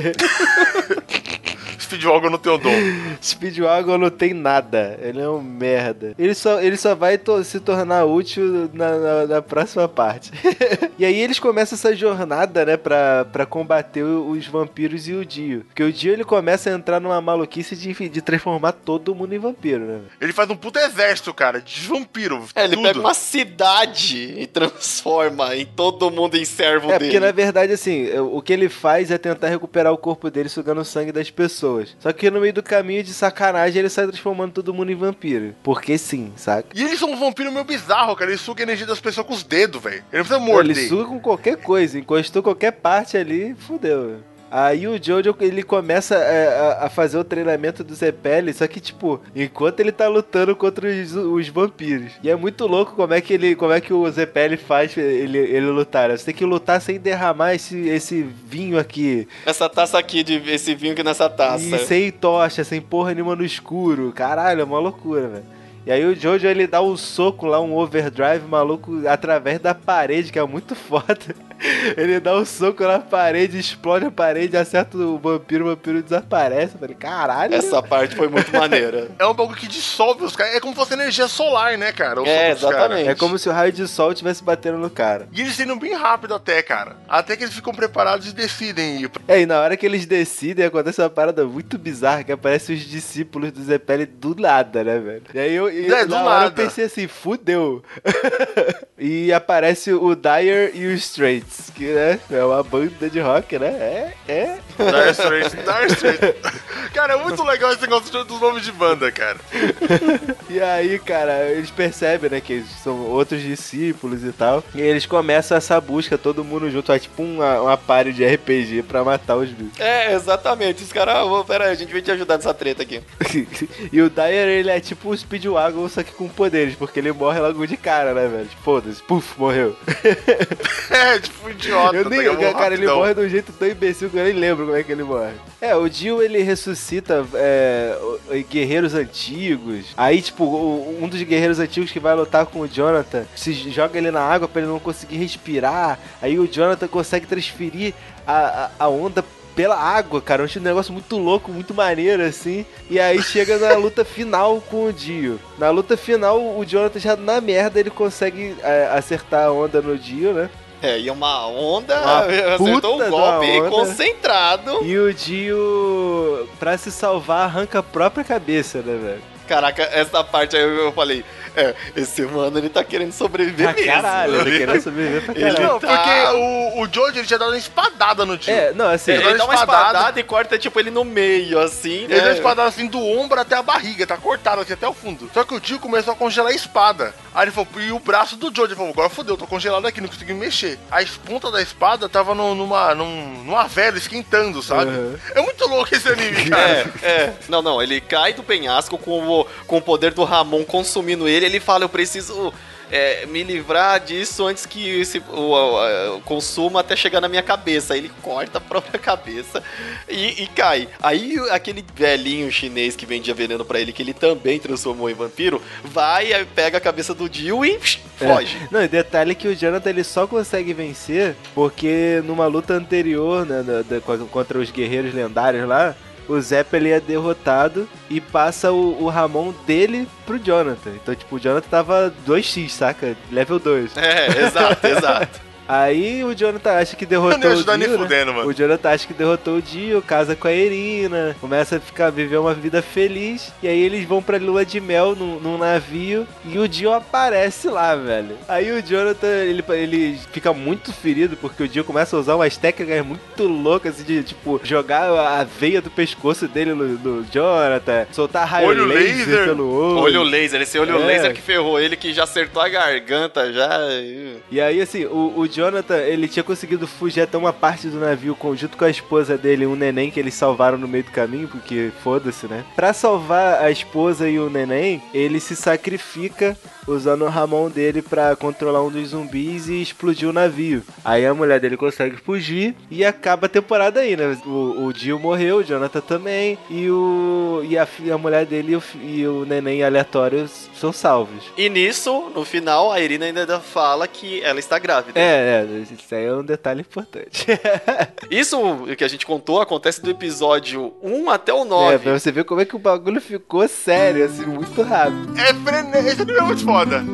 Speedwagon não tem o dom. Speedwagon não tem nada. Ele é um merda. Ele só, ele só vai to- se tornar útil na, na, na próxima parte. E aí eles começam essa jornada, né? Pra, pra combater os vampiros e o Dio. Porque o Dio, ele começa a entrar numa maluquice de, de transformar todo mundo em vampiro, né? Ele faz um puta exército, cara, de vampiro. É, ele tudo. pega uma cidade e transforma em todo mundo em servo É, dele. porque na verdade, assim, o que ele faz é tentar recuperar o corpo dele sugando o sangue das pessoas. Só que no meio do caminho, de sacanagem, ele sai transformando todo mundo em vampiro. Porque sim, saca? E eles são um vampiro meio bizarro, cara. Ele suga a energia das pessoas com os dedos, velho. Ele não precisa morder. Ele suga com qualquer coisa. Encostou qualquer parte ali, fudeu. Aí o Jojo, ele começa a, a fazer o treinamento do Zeppeli, só que, tipo, enquanto ele tá lutando contra os, os vampiros. E é muito louco como é que, ele, como é que o Zeppeli faz ele, ele lutar. Você tem que lutar sem derramar esse, esse vinho aqui. Essa taça aqui, de esse vinho aqui nessa taça. E sem tocha, sem porra nenhuma no escuro. Caralho, é uma loucura, velho. E aí o Jojo, ele dá um soco lá, um overdrive maluco através da parede, que é muito foda. Ele dá um soco na parede, explode a parede, acerta o vampiro, o vampiro desaparece. Eu falei, caralho. Essa parte foi muito maneira. É um bagulho que dissolve os caras. É como se fosse energia solar, né, cara? O É, soco dos caras. exatamente. É como se o raio de sol estivesse batendo no cara. E eles indo bem rápido até, cara. Até que eles ficam preparados e decidem ir. É, e na hora que eles decidem, acontece uma parada muito bizarra, que aparecem os discípulos do Zeppeli do nada, né, velho? E aí eu, eu É, do na hora eu nada. pensei assim, fudeu. E aparece o Dyer e os Straits, que, né, é uma banda de rock, né? É, é. Dire Straits, Dire Straits. Cara, é muito legal esse negócio dos nomes de banda, cara. E aí, cara, eles percebem, né, que são outros discípulos e tal. E eles começam essa busca, todo mundo junto, é tipo uma, uma party de R P G pra matar os bichos. É, exatamente. Os caras, oh, pera aí, a gente veio te ajudar nessa treta aqui. E o Dyer, ele é tipo o Speedwagon, só que com poderes, porque ele morre logo de cara, né, velho? Tipo, foda-se, puf, morreu. É, tipo, um idiota. Eu nem, tá ligado? cara, ele Rapidão. morre de um jeito tão imbecil que eu nem lembro como é que ele morre. É, o Dio, ele ressuscita é, o- guerreiros antigos. Aí, tipo, o- um dos guerreiros antigos que vai lutar com o Jonathan se joga ele na água pra ele não conseguir respirar. Aí o Jonathan consegue transferir a, a, a onda pela água, cara. Um negócio muito louco, muito maneiro, assim. E aí chega na luta final com o Dio. Na luta final, o Jonathan já na merda, ele consegue é, acertar a onda no Dio, né? É, e uma onda, Uma acertou puta um de golpe uma onda. concentrado. E o Dio, pra se salvar, arranca a própria cabeça, né, velho? Caraca, essa parte aí eu, eu falei, é, esse mano, ele tá querendo sobreviver Pra mesmo. caralho, ele querendo sobreviver pra Ele caralho. Não, tá- porque o, o Jojo, ele tinha dado uma espadada no tio. É, não, assim... Ele, Ele dá uma espadada. espadada e corta, tipo, ele no meio, assim, né? Ele deu uma espadada assim do ombro até a barriga, tá cortado assim até o fundo. Só que o tio começou a congelar a espada. Aí ele falou, e o braço do Jojo, ele falou, agora fodeu, tô congelado aqui, não consegui me mexer. A ponta da espada tava no- numa, num- numa vela esquentando, sabe? Uhum. É muito louco esse anime, cara. É, é. Não, não, ele cai do penhasco com o, com o poder do Ramon consumindo ele. Ele fala, eu preciso é, me livrar disso antes que esse, o, o, o consumo até chegar na minha cabeça. Aí ele corta a própria cabeça e, e cai. Aí aquele velhinho chinês que vendia veneno pra ele, que ele também transformou em vampiro, vai, aí pega a cabeça do Dio e psh, foge. É. Não, e detalhe que o Jonathan, ele só consegue vencer porque numa luta anterior, né, da- da- contra os guerreiros lendários lá, o Zeppeli é derrotado e passa o, o Ramon dele pro Jonathan. Então, tipo, o Jonathan tava dois x, saca? Level dois. É, exato, exato. Aí o Jonathan acha que derrotou Não ia o ajudar nem Dio, né? fudendo, mano. O Jonathan acha que derrotou o Dio, casa com a Irina, começa a ficar, viver uma vida feliz. E aí eles vão pra lua de mel num, num navio e o Dio aparece lá, velho. Aí o Jonathan, ele, ele fica muito ferido porque o Dio começa a usar umas técnicas muito loucas, assim, de, tipo, jogar a veia do pescoço dele no, no Jonathan, soltar raio Olho laser, laser. pelo olho. Olho laser, esse olho É. laser que ferrou ele, que já acertou a garganta, já... E aí, assim, o, o Jonathan, ele tinha conseguido fugir até uma parte do navio com, junto com a esposa dele, um neném que eles salvaram no meio do caminho, porque foda-se, né? Pra salvar a esposa e o neném, ele se sacrifica usando o Ramon dele pra controlar um dos zumbis e explodir o navio. Aí a mulher dele consegue fugir e acaba a temporada aí, né? O, o Jill morreu, o Jonathan também, e, o, e a, a mulher dele e o, e o neném aleatórios são salvos. E nisso, no final, a Irina ainda fala que ela está grávida. É, é, isso aí é um detalhe importante. Isso que a gente contou acontece do episódio um até o nove. É, pra você ver como é que o bagulho ficou sério, assim, muito rápido. É frenético, esse é muito foda.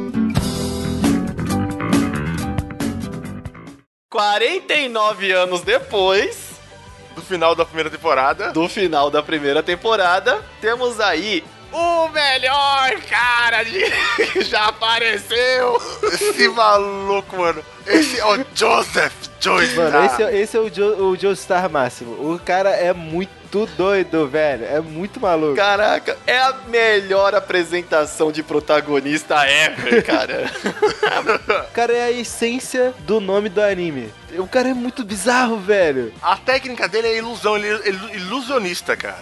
quarenta e nove anos depois Do final da primeira temporada. do final da primeira temporada, temos aí o melhor cara de... que já apareceu. Esse maluco, mano. Esse é o Joseph Joestar. Mano, esse é, esse é o, Joe, o Joe Star máximo. O cara é muito doido, velho. É muito maluco. Caraca, é a melhor apresentação de protagonista ever, cara. O cara é a essência do nome do anime. O cara é muito bizarro, velho. A técnica dele é ilusão, ele é ilusionista, cara.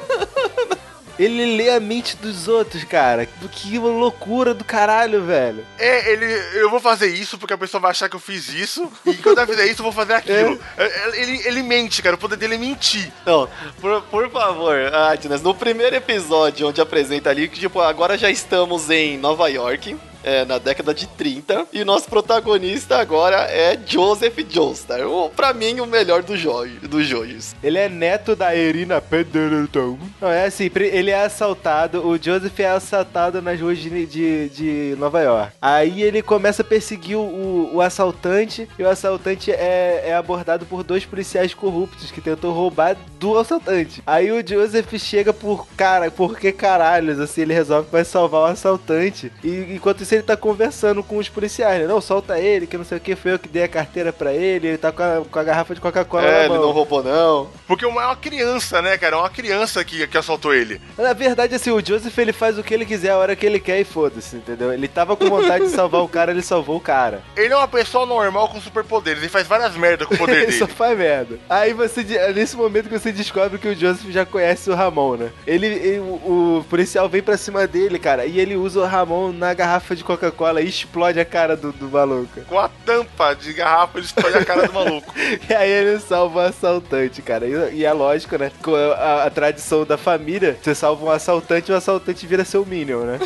Ele lê a mente dos outros, cara. Que loucura do caralho, velho. É, ele. Eu vou fazer isso porque a pessoa vai achar que eu fiz isso. E quando eu fizer isso, eu vou fazer aquilo. É. Ele, ele mente, cara. O poder dele é mentir. Não, por, por favor, Atnas, no primeiro episódio onde apresenta ali, que tipo, agora já estamos em Nova York. É, na década de trinta, e nosso protagonista agora é Joseph Joestar, o, pra mim o melhor dos joios, dos joios. Ele é neto da Irina Pendleton. Não, é assim, ele é assaltado, o Joseph é assaltado nas ruas de, de, de Nova York. Aí ele começa a perseguir o, o assaltante, e o assaltante é, é abordado por dois policiais corruptos que tentam roubar do assaltante. Aí o Joseph chega por, cara, por que caralhos, assim, ele resolve que vai salvar o assaltante, e enquanto isso ele tá conversando com os policiais, né? Não, solta ele, que não sei o que, foi eu que dei a carteira pra ele, ele tá com a, com a garrafa de Coca-Cola É, na ele mão. não roubou não. Porque é uma criança, né, cara? É uma criança que, que assaltou ele. Na verdade, assim, o Joseph, ele faz o que ele quiser, a hora que ele quer e foda-se, entendeu? Ele tava com vontade de salvar o cara, ele salvou o cara. Ele é uma pessoa normal com superpoderes, ele faz várias merdas com o poder Ele só dele. faz merda. Aí você, nesse momento que você descobre que o Joseph já conhece o Ramon, né? Ele, ele o, o policial vem pra cima dele, cara, e ele usa o Ramon na garrafa de Coca-Cola e explode a cara do, do maluco. Com a tampa de garrafa, ele explode a cara do maluco. E aí ele salva o assaltante, cara. E, e é lógico, né? Com a, a, a tradição da família, você salva um assaltante e o assaltante vira seu Minion, né?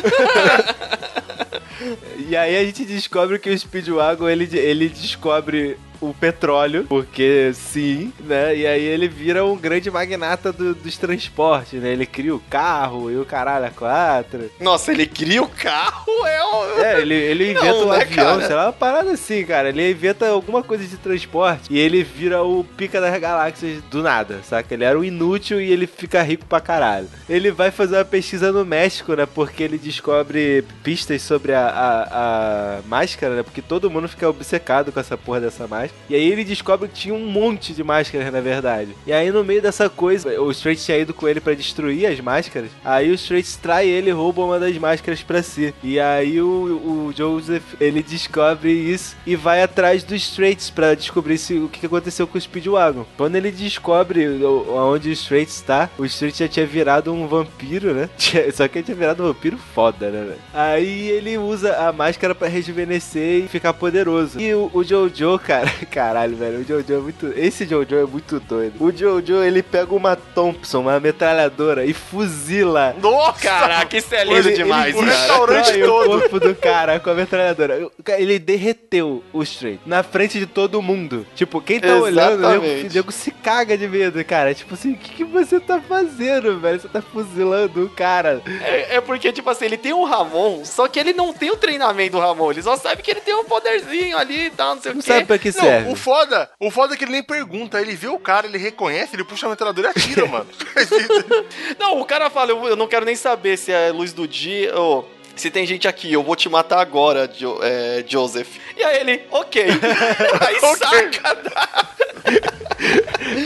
E aí a gente descobre que o Speedwagon, ele, ele descobre o petróleo, porque sim, né? E aí ele vira um grande magnata do, dos transportes, né? Ele cria o carro e o caralho a quatro. Nossa, ele cria o carro, é o... É, ele, ele inventa Não, um né, avião, cara? sei lá, uma parada assim, cara. Ele inventa alguma coisa de transporte e ele vira o pica das galáxias do nada, saca? Ele era um inútil e ele fica rico pra caralho. Ele vai fazer uma pesquisa no México, né? Porque ele descobre pistas sobre a, a, a máscara, né? Porque todo mundo fica obcecado com essa porra dessa máscara. E aí ele descobre que tinha um monte de máscaras, na verdade. E aí no meio dessa coisa, o Straight tinha ido com ele pra destruir as máscaras. Aí o Straight trai ele e rouba uma das máscaras pra si. E aí o, o Joseph, ele descobre isso e vai atrás dos Straights pra descobrir se, o que aconteceu com o Speedwagon. Quando ele descobre onde o Straight está, o Straight já tinha virado um vampiro, né? Só que ele tinha virado um vampiro foda, né? Aí ele usa a máscara pra rejuvenescer e ficar poderoso. E o, o Jojo, cara, caralho, velho, o Jojo é muito... Esse Jojo é muito doido. O Jojo, ele pega uma Thompson, uma metralhadora e fuzila. Nossa! Caraca, isso é lindo Ele- demais, ele o cara. restaurante destrói todo. o corpo do cara com a metralhadora. Ele derreteu o Straight na frente de todo mundo. Tipo, quem tá olhando, o nego- Exatamente. o nego se caga de medo, cara. Tipo assim, o que, que você tá fazendo, velho? Você tá fuzilando o cara. É, é porque, tipo assim, ele tem um Ramon, só que ele não tem o treinamento do Ramon. Ele só sabe que ele tem um poderzinho ali e tal, não sei Não o quê. sabe pra que Não, serve. o foda, o foda é que ele nem pergunta, ele vê o cara, ele reconhece, ele puxa a metralhadora e atira, mano. Não, o cara fala, eu, eu não quero nem saber se é luz do dia ou se tem gente aqui, eu vou te matar agora, jo, é, Joseph. E aí ele, ok. Aí Ok. saca da...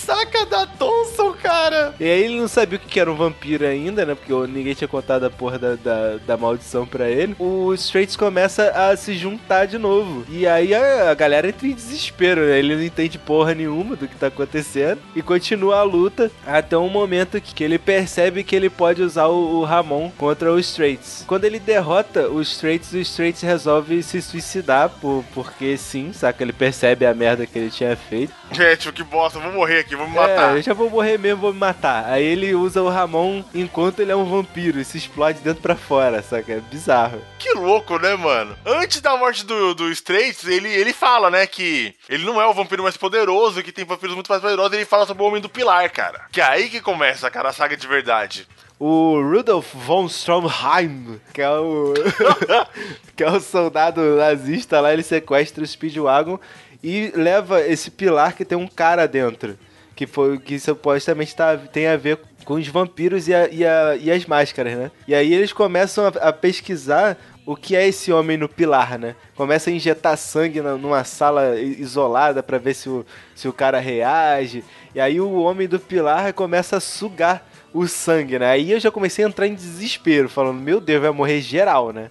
ressaca da Thompson, cara. E aí ele não sabia o que era um vampiro ainda, né? Porque ninguém tinha contado a porra da, da, da maldição pra ele. O Straits começa a se juntar de novo. E aí a, a galera entra em desespero, né? Ele não entende porra nenhuma do que tá acontecendo. E continua a luta até um momento que, que ele percebe que ele pode usar o, o Ramon contra o Straits. Quando ele derrota o Straits, o Straits resolve se suicidar, por, porque sim, saca? Ele percebe a merda que ele tinha feito. Gente, que bosta, eu vou morrer aqui, vou me É, matar. eu já vou morrer mesmo, vou me matar. Aí ele usa o Ramon enquanto ele é um vampiro e se explode dentro pra fora, saca? É bizarro. Que louco, né, mano? Antes da morte do, do Straits, ele, ele fala, né, que ele não é o vampiro mais poderoso, que tem vampiros muito mais poderosos, ele fala sobre o Homem do Pilar, cara. Que é aí que começa, cara, a saga de verdade. O Rudolf von Stromheim, que é o que é o soldado nazista lá, ele sequestra o Speedwagon e leva esse pilar que tem um cara dentro, que foi que supostamente tá, tem a ver com os vampiros e, a, e, a, e as máscaras, né? E aí eles começam a, a pesquisar o que é esse homem no pilar, né? Começa a injetar sangue na, numa sala isolada pra ver se o, se o cara reage. E aí o homem do pilar começa a sugar o sangue, né? Aí eu já comecei a entrar em desespero, falando, meu Deus, vai morrer geral, né?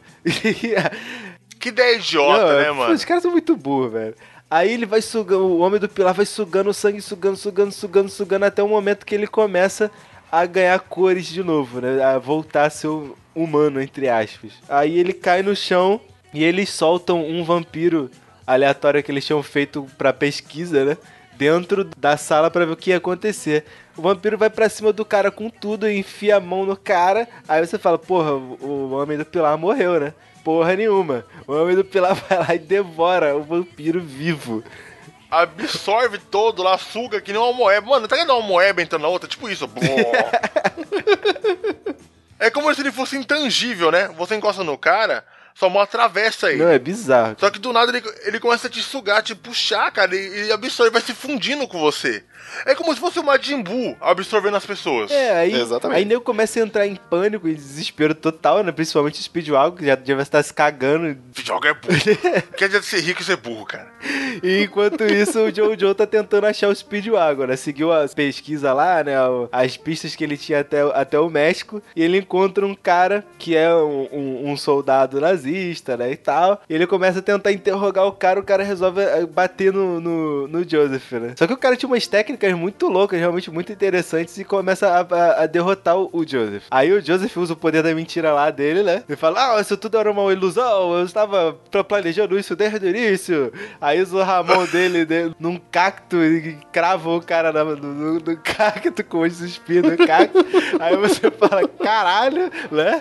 Que ideia idiota, Não, né, mano? Os caras são muito burros, velho. Aí ele vai sugando, o homem do pilar vai sugando o sangue, sugando, sugando, sugando, sugando, até o momento que ele começa a ganhar cores de novo, né? A voltar a ser humano, entre aspas. Aí ele cai no chão e eles soltam um vampiro aleatório que eles tinham feito pra pesquisa, né? Dentro da sala pra ver o que ia acontecer. O vampiro vai pra cima do cara com tudo e enfia a mão no cara. Aí você fala, porra, o homem do pilar morreu, né? Porra nenhuma. O homem do pilar vai lá e devora o vampiro vivo. Absorve todo lá, suga que nem uma moeba. Mano, tá ligado uma moeba entrando na outra? Tipo isso. É como se ele fosse intangível, né? Você encosta no cara, sua mão atravessa ele. Não, é bizarro. Só que do nada ele, ele começa a te sugar, te puxar, cara, e, e absorve, vai se fundindo com você. É como se fosse o Majin Buu absorvendo as pessoas. É, aí, Exatamente. aí nego começa a entrar em pânico e desespero total, né? Principalmente o Speedwagon, que já devia estar se cagando. Videogame é burro. Quer dizer ser rico e ser burro, cara. E enquanto isso, o Jojo tá tentando achar o Speedwagon, né? Seguiu as pesquisas lá, né? As pistas que ele tinha até, até o México. E ele encontra um cara que é um, um, um soldado nazista, né? E tal. E ele começa a tentar interrogar o cara. O cara resolve bater no, no, no Joseph, né? Só que o cara tinha umas técnicas muito loucas, realmente muito interessantes. E começa a, a, a derrotar o, o Joseph. Aí o Joseph usa o poder da mentira lá dele, né? Ele fala, ah, isso tudo era uma ilusão. Eu estava planejando isso desde o início. Aí usa o Ramon dele, dele num cacto e crava o cara no, no, no cacto com os espinhos do cacto. Aí você fala, caralho, né?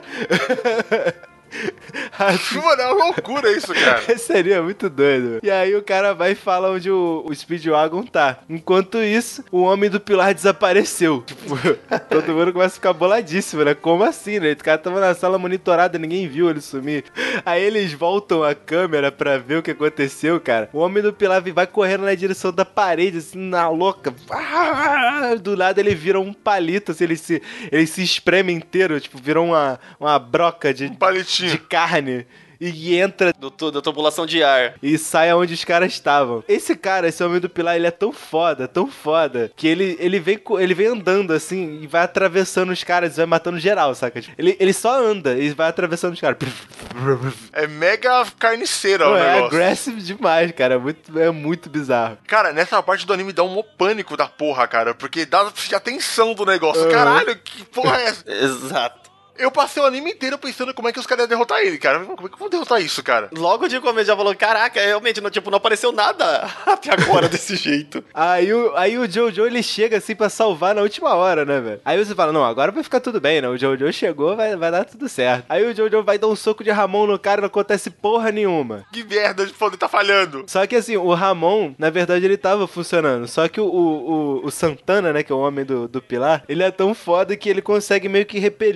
Assim, mano, é uma loucura isso, cara. Seria muito doido. E aí o cara vai e fala onde o, o Speedwagon tá. Enquanto isso, o homem do pilar desapareceu. Tipo, todo mundo começa a ficar boladíssimo, né? Como assim, né? O cara tava na sala monitorada, ninguém viu ele sumir. Aí eles voltam a câmera pra ver o que aconteceu, cara. O homem do pilar vai correndo na direção da parede, assim, na louca. Do nada ele vira um palito, assim, ele se, ele se espreme inteiro, tipo, virou uma, uma broca de... Um palitinho. de carne e entra do, da tubulação de ar e sai aonde os caras estavam. Esse cara, esse homem do pilar, ele é tão foda, tão foda, que ele, ele, vem, ele vem andando assim e vai atravessando os caras e vai matando geral, saca? Ele, ele só anda e vai atravessando os caras. É mega carniceiro o é negócio. aggressive demais, cara. É muito, é muito bizarro. Cara, nessa parte do anime dá um pânico da porra, cara, porque dá a tensão do negócio. Uhum. Caralho, que porra é essa? Exato. Eu passei o anime inteiro pensando como é que os caras iam derrotar ele, cara. Como é que vão derrotar isso, cara? Logo de começo já falou, caraca, realmente, não, tipo, não apareceu nada até agora desse jeito. Aí o, aí o Jojo, ele chega assim pra salvar na última hora, né, velho? Aí você fala, não, agora vai ficar tudo bem, né? O Jojo chegou, vai, vai dar tudo certo. Aí o Jojo vai dar um soco de Ramon no cara e não acontece porra nenhuma. Que merda de poder tá falhando. Só que assim, o Ramon, na verdade, ele tava funcionando. Só que o, o, o Santana, né, que é o homem do, do pilar, ele é tão foda que ele consegue meio que repelir com o poder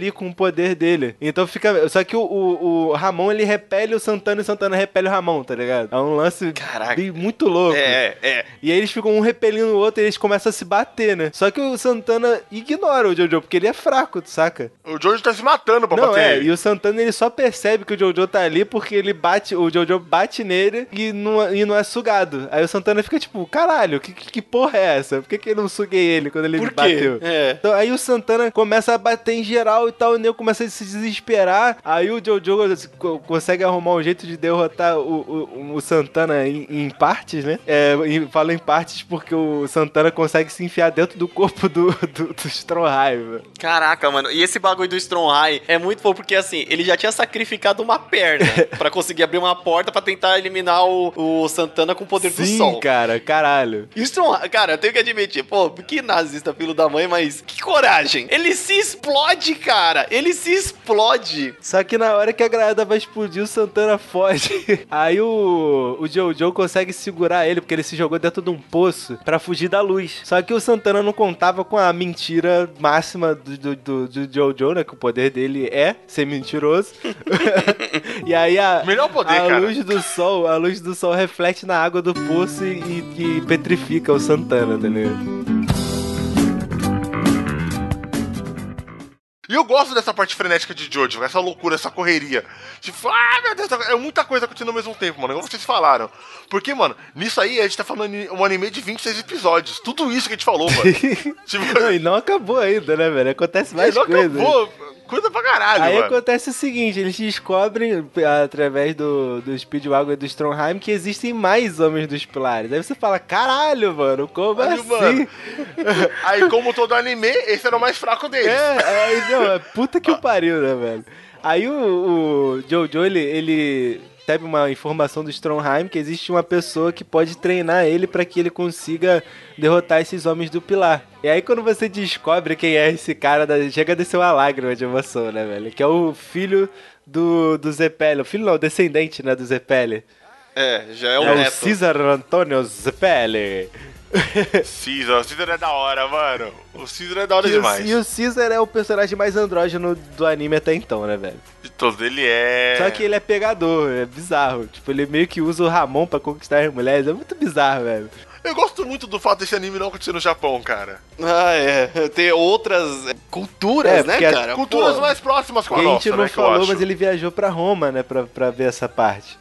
poder dele. Então fica... Só que o, o, o Ramon, ele repele o Santana e o Santana repele o Ramon, tá ligado? É um lance bem, muito louco. É, é. E aí eles ficam um repelindo o outro e eles começam a se bater, né? Só que o Santana ignora o Jojo, porque ele é fraco, tu saca? O Jojo tá se matando pra Não, bater é, ele. e o Santana, ele só percebe que o Jojo tá ali porque ele bate, o Jojo bate nele e não, e não é sugado. Aí o Santana fica tipo, caralho, que, que porra é essa? Por que, que eu não suguei ele quando ele Por quê? bateu? É. Então, aí o Santana começa a bater em geral e tal, o Neo começa a se desesperar. Aí o Jojo co- consegue arrumar um jeito de derrotar o, o, o Santana em, em partes, né? É, e falo em partes porque o Santana consegue se enfiar dentro do corpo do, do, do Stroheim. Caraca, mano. E esse bagulho do Stromhai é muito bom porque, assim, ele já tinha sacrificado uma perna pra conseguir abrir uma porta pra tentar eliminar o, o Santana com o poder do Sim, sol. cara, caralho. E o Stromhai, cara, eu tenho que admitir, pô, que nazista, filho da mãe, mas que coragem. Ele se explode, cara. Ele se explode. Só que na hora que a granada vai explodir, o Santana foge. Aí o, o Jojo consegue segurar ele, porque ele se jogou dentro de um poço pra fugir da luz. Só que o Santana não contava com a mentira máxima do, do, do, do Jojo, né? Que o poder dele é ser mentiroso. E aí a, Melhor poder, a cara. luz do sol, a luz do sol reflete na água do poço e, e, e petrifica o Santana, tá ligado? E eu gosto dessa parte frenética de Jojo, essa loucura, essa correria. Tipo, ah, meu Deus, é muita coisa acontecendo ao mesmo tempo, mano. Igual vocês falaram. Porque, mano, nisso aí a gente tá falando um anime de vinte e seis episódios. Tudo isso que a gente falou, mano. Tipo, Não, e não acabou ainda, né, velho? Acontece mais não coisas. acabou. Coisa pra caralho, Aí mano. acontece o seguinte, eles descobrem, através do, do Speedwagon e do Stromheim, que existem mais homens dos pilares. Aí você fala, caralho, mano, como Aí, assim? mano, aí, como todo anime, esse era o mais fraco deles. É, aí, não, é puta que o pariu, né, velho? Aí o, o Jojo, ele, ele recebe uma informação do Stromheim que existe uma pessoa que pode treinar ele pra que ele consiga derrotar esses homens do pilar. E aí quando você descobre quem é esse cara, chega a descer uma lágrima de emoção, né, velho? Que é o filho do, do Zeppeli. O filho não, o descendente, né, do Zeppeli. É, já é o É neto. o Cesar Antonio Zeppeli. Caesar, o Caesar é da hora, mano. O Caesar é da hora E o, demais. e o Caesar é o personagem mais andrógeno do anime até então, né, velho? De todos, ele é... Só que ele é pegador, é bizarro. Tipo, ele meio que usa o Ramon pra conquistar as mulheres. É muito bizarro, velho. Eu gosto muito do fato desse anime não acontecer no Japão, cara. Ah, é. Tem outras culturas, É, né, porque a- cara? Culturas Pô. mais próximas com a Porque a nossa, gente não né, que eu falou, acho. mas ele viajou pra Roma, né, pra, pra ver essa parte.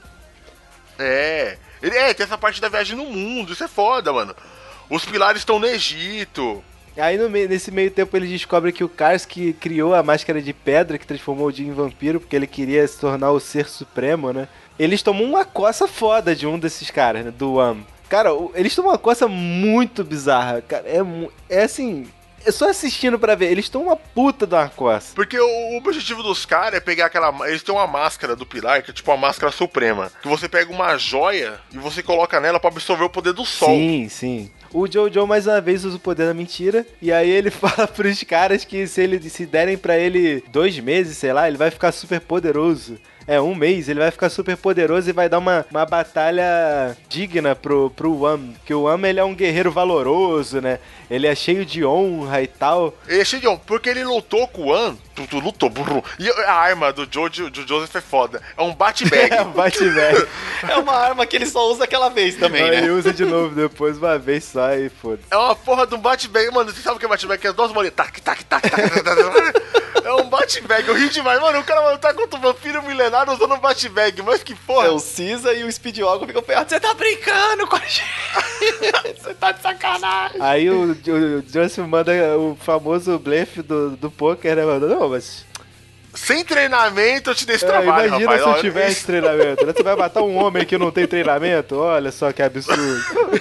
É. Ele, é, tem essa parte da viagem no mundo, isso é foda, mano. Os pilares estão no Egito. Aí no meio, nesse meio tempo ele descobre que o Karski criou a máscara de pedra que transformou o Jin em vampiro, porque ele queria se tornar o ser supremo, né? Eles tomam uma coça foda de um desses caras, né, do Am. Cara, o- eles tomam uma coça muito bizarra, cara. É, mu- é assim... É só assistindo pra ver. Eles tomam uma puta de uma coça. Porque o, o objetivo dos caras é pegar aquela... Eles têm uma máscara do pilar, que é tipo uma máscara suprema. Que você pega uma joia e você coloca nela pra absorver o poder do sol. Sim, sim. O Jojo mais uma vez usa o poder da mentira. E aí ele fala pros caras que se, ele, se derem pra ele dois meses, sei lá, ele vai ficar super poderoso. É, um mês, ele vai ficar super poderoso e vai dar uma, uma batalha digna pro, pro Wam. Que o Wam, ele é um guerreiro valoroso, né? Ele é cheio de honra e tal. Ele é cheio de honra, porque ele lutou com o An. Tu, tu lutou, burro. E a arma do, Jojo, do Joseph é foda. É um bat-bag. É, bate velho. É uma arma que ele só usa aquela vez também, Ele né? usa de novo depois, uma vez só e foda. É uma porra de um bat-bag. Mano, você sabe o que é bat-bag? Que é as duas bolinhas. Tac, tac, tac, tac, tac, tac. É um bat-bag. Eu ri demais. Mano, o cara vai lutar contra o vampiro milenário usando um bat-bag. Mas que porra. É, o Cisa e o Speedwagon ficam perto. Você tá brincando com a gente? Você tá de sacanagem. Aí o, o, o Joseph manda o famoso blefe do, do poker, né, mano? Não, mas... Sem treinamento eu te dei esse É, trabalho, imagina rapaz. se eu Olha, tivesse isso- treinamento, né? Você vai matar um homem que não tem treinamento? Olha só que absurdo.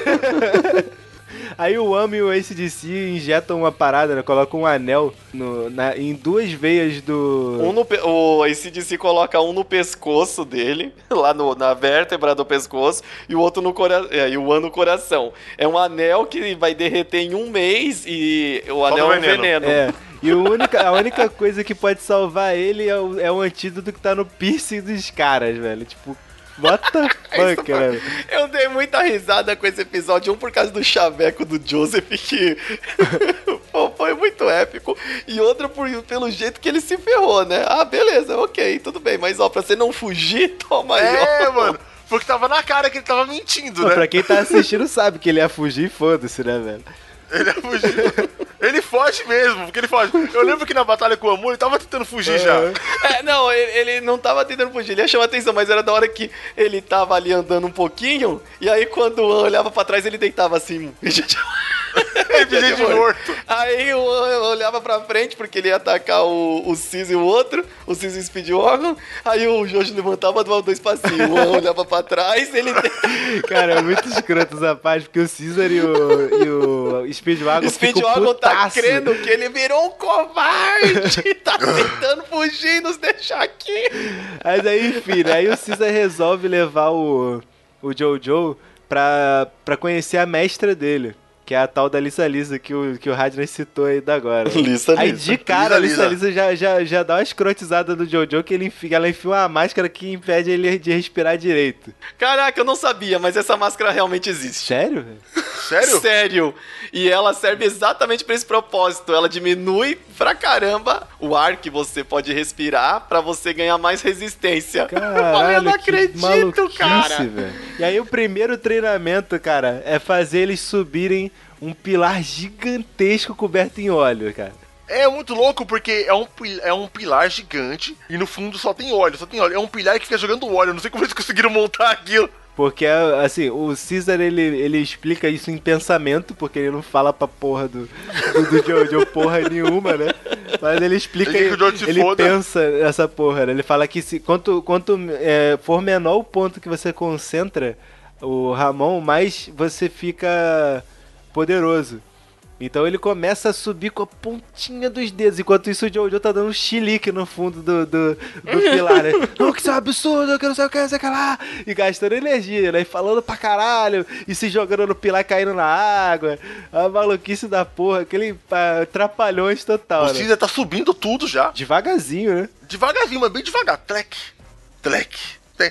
Aí o Am e o A C D C injetam uma parada, né? Colocam um anel no, na, em duas veias do... Um no pe- o A C D C coloca um no pescoço dele, lá no, na vértebra do pescoço, e o outro no coração. É, e o ano no coração. É um anel que vai derreter em um mês e o anel no é um veneno. veneno. É, e o única, a única coisa que pode salvar ele é o, é o antídoto que tá no piercing dos caras, velho. Tipo, what the fuck, né? Eu dei muita risada com esse episódio, um por causa do chaveco do Joseph, que pô, foi foi muito épico. E outra por, pelo jeito que ele se ferrou, né? Ah, beleza, ok, tudo bem. Mas, ó, pra você não fugir, toma aí, ó. É, mano. Porque tava na cara que ele tava mentindo, Pô, né? pra quem tá assistindo sabe que ele ia fugir e foda-se, né, velho? Ele ia fugir. Ele foge mesmo, porque ele foge. Eu lembro que na batalha com o Amu, ele tava tentando fugir já. É, não, ele, ele não tava tentando fugir, ele ia chamar atenção, mas era da hora que ele tava ali andando um pouquinho, e aí quando o An olhava pra trás, ele deitava assim. Ele fingia de morto. Aí o An olhava pra frente, porque ele ia atacar o, o Cis e o outro, o Cis e o Speedwagon, aí o Jojo levantava, dava dois passinhos, o An olhava pra trás, ele... Cara, é muito escroto essa parte, porque o Caesar e o, e o Speedwagon O Speedwagon tá crendo que ele virou um covarde, tá tentando fugir e nos deixar aqui. Mas aí, enfim, né? Aí o Caesar resolve levar o, o Jojo pra, pra conhecer a mestra dele. Que é a tal da Lisa Lisa que o, que o Radner citou aí da agora. Lisa Aí Lisa. de cara, a Lisa Lisa Lisa já, já, já dá uma escrotizada no Jojo que ele enfia, ela enfia uma máscara que impede ele de respirar direito. Caraca, eu não sabia, mas essa máscara realmente existe. Sério, velho? Sério? Sério. E ela serve exatamente pra esse propósito. Ela diminui pra caramba o ar que você pode respirar pra você ganhar mais resistência. Caralho, eu não que acredito, maluquice, cara. velho. E aí o primeiro treinamento, cara, é fazer eles subirem um pilar gigantesco coberto em óleo, cara. É muito louco porque é um, pil- é um pilar gigante e no fundo só tem óleo, só tem óleo. É um pilar que fica jogando óleo. Eu não sei como eles conseguiram montar aquilo. Porque, assim, o Caesar, ele, ele explica isso em pensamento, porque ele não fala pra porra do, do, do Jojo porra nenhuma, né? Mas ele explica, Ele quer que o Jojo se ele foda. pensa essa porra, né? Ele fala que se, quanto, quanto é, for menor o ponto que você concentra o Ramon, mais você fica poderoso. Então ele começa a subir com a pontinha dos dedos, enquanto isso o Jojo tá dando um chilique no fundo do, do, do pilar, né? Não, que isso é um absurdo, que não sei o que, não sei o que lá. E gastando energia, né? E falando pra caralho, e se jogando no pilar e caindo na água. A maluquice da porra, aquele pá, trapalhões total, O né? Caesar tá subindo tudo já. Devagarzinho, né? Devagarzinho, mas bem devagar. Trek, trek. trek.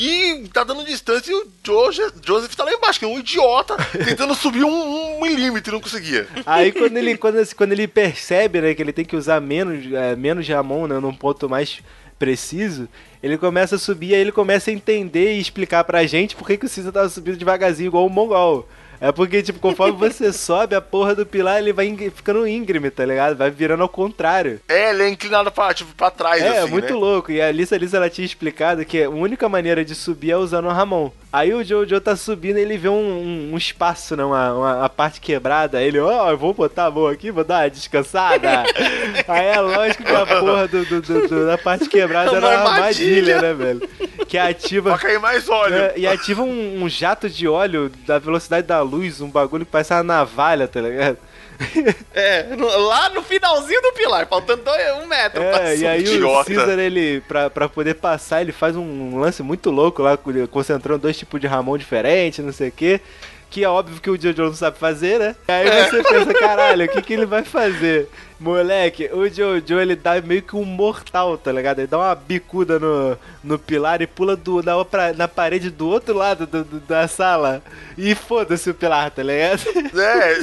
E tá dando distância e o Joseph, Joseph tá lá embaixo, que é um idiota, tentando subir um, um milímetro e não conseguia. Aí quando ele, quando, quando ele percebe, né, que ele tem que usar menos, é, menos Ramon, né, num ponto mais preciso, ele começa a subir, aí ele começa a entender e explicar pra gente por que, que o Caesar tava subindo devagarzinho igual o Mongol. É porque, tipo, conforme você sobe, a porra do pilar, ele vai ing- ficando íngreme, tá ligado? Vai virando ao contrário. É, ele é inclinado pra, tipo, pra trás, É, assim, muito né? louco. E a Lisa Lisa, ela tinha explicado que a única maneira de subir é usando o Ramon. Aí o Jojo tá subindo e ele vê um, um, um espaço, né? Uma, uma, uma parte quebrada. Aí ele, ó, oh, eu vou botar a mão aqui, vou dar uma descansada. Aí é lógico que a porra do, do, do- do- da parte quebrada É era uma uma armadilha, armadilha. né, velho? Que ativa... Pra cair mais óleo. É, e ativa um, um jato de óleo da velocidade da luz, um bagulho que parece uma navalha, tá ligado? É, no- lá no finalzinho do pilar, faltando dois, um metro pra É, e aí subir. o Idiota. Caesar, ele, pra, pra poder passar, ele faz um lance muito louco lá, concentrando dois tipos de Ramon diferentes, não sei o quê. Que é óbvio que o Jojo não sabe fazer, né? E aí você pensa, caralho, o que, que ele vai fazer? Moleque, o Jojo, ele dá meio que um mortal, tá ligado? Ele dá uma bicuda no, no pilar e pula do, na, pra- na parede do outro lado do- do- da sala. E foda-se o pilar, tá ligado? É.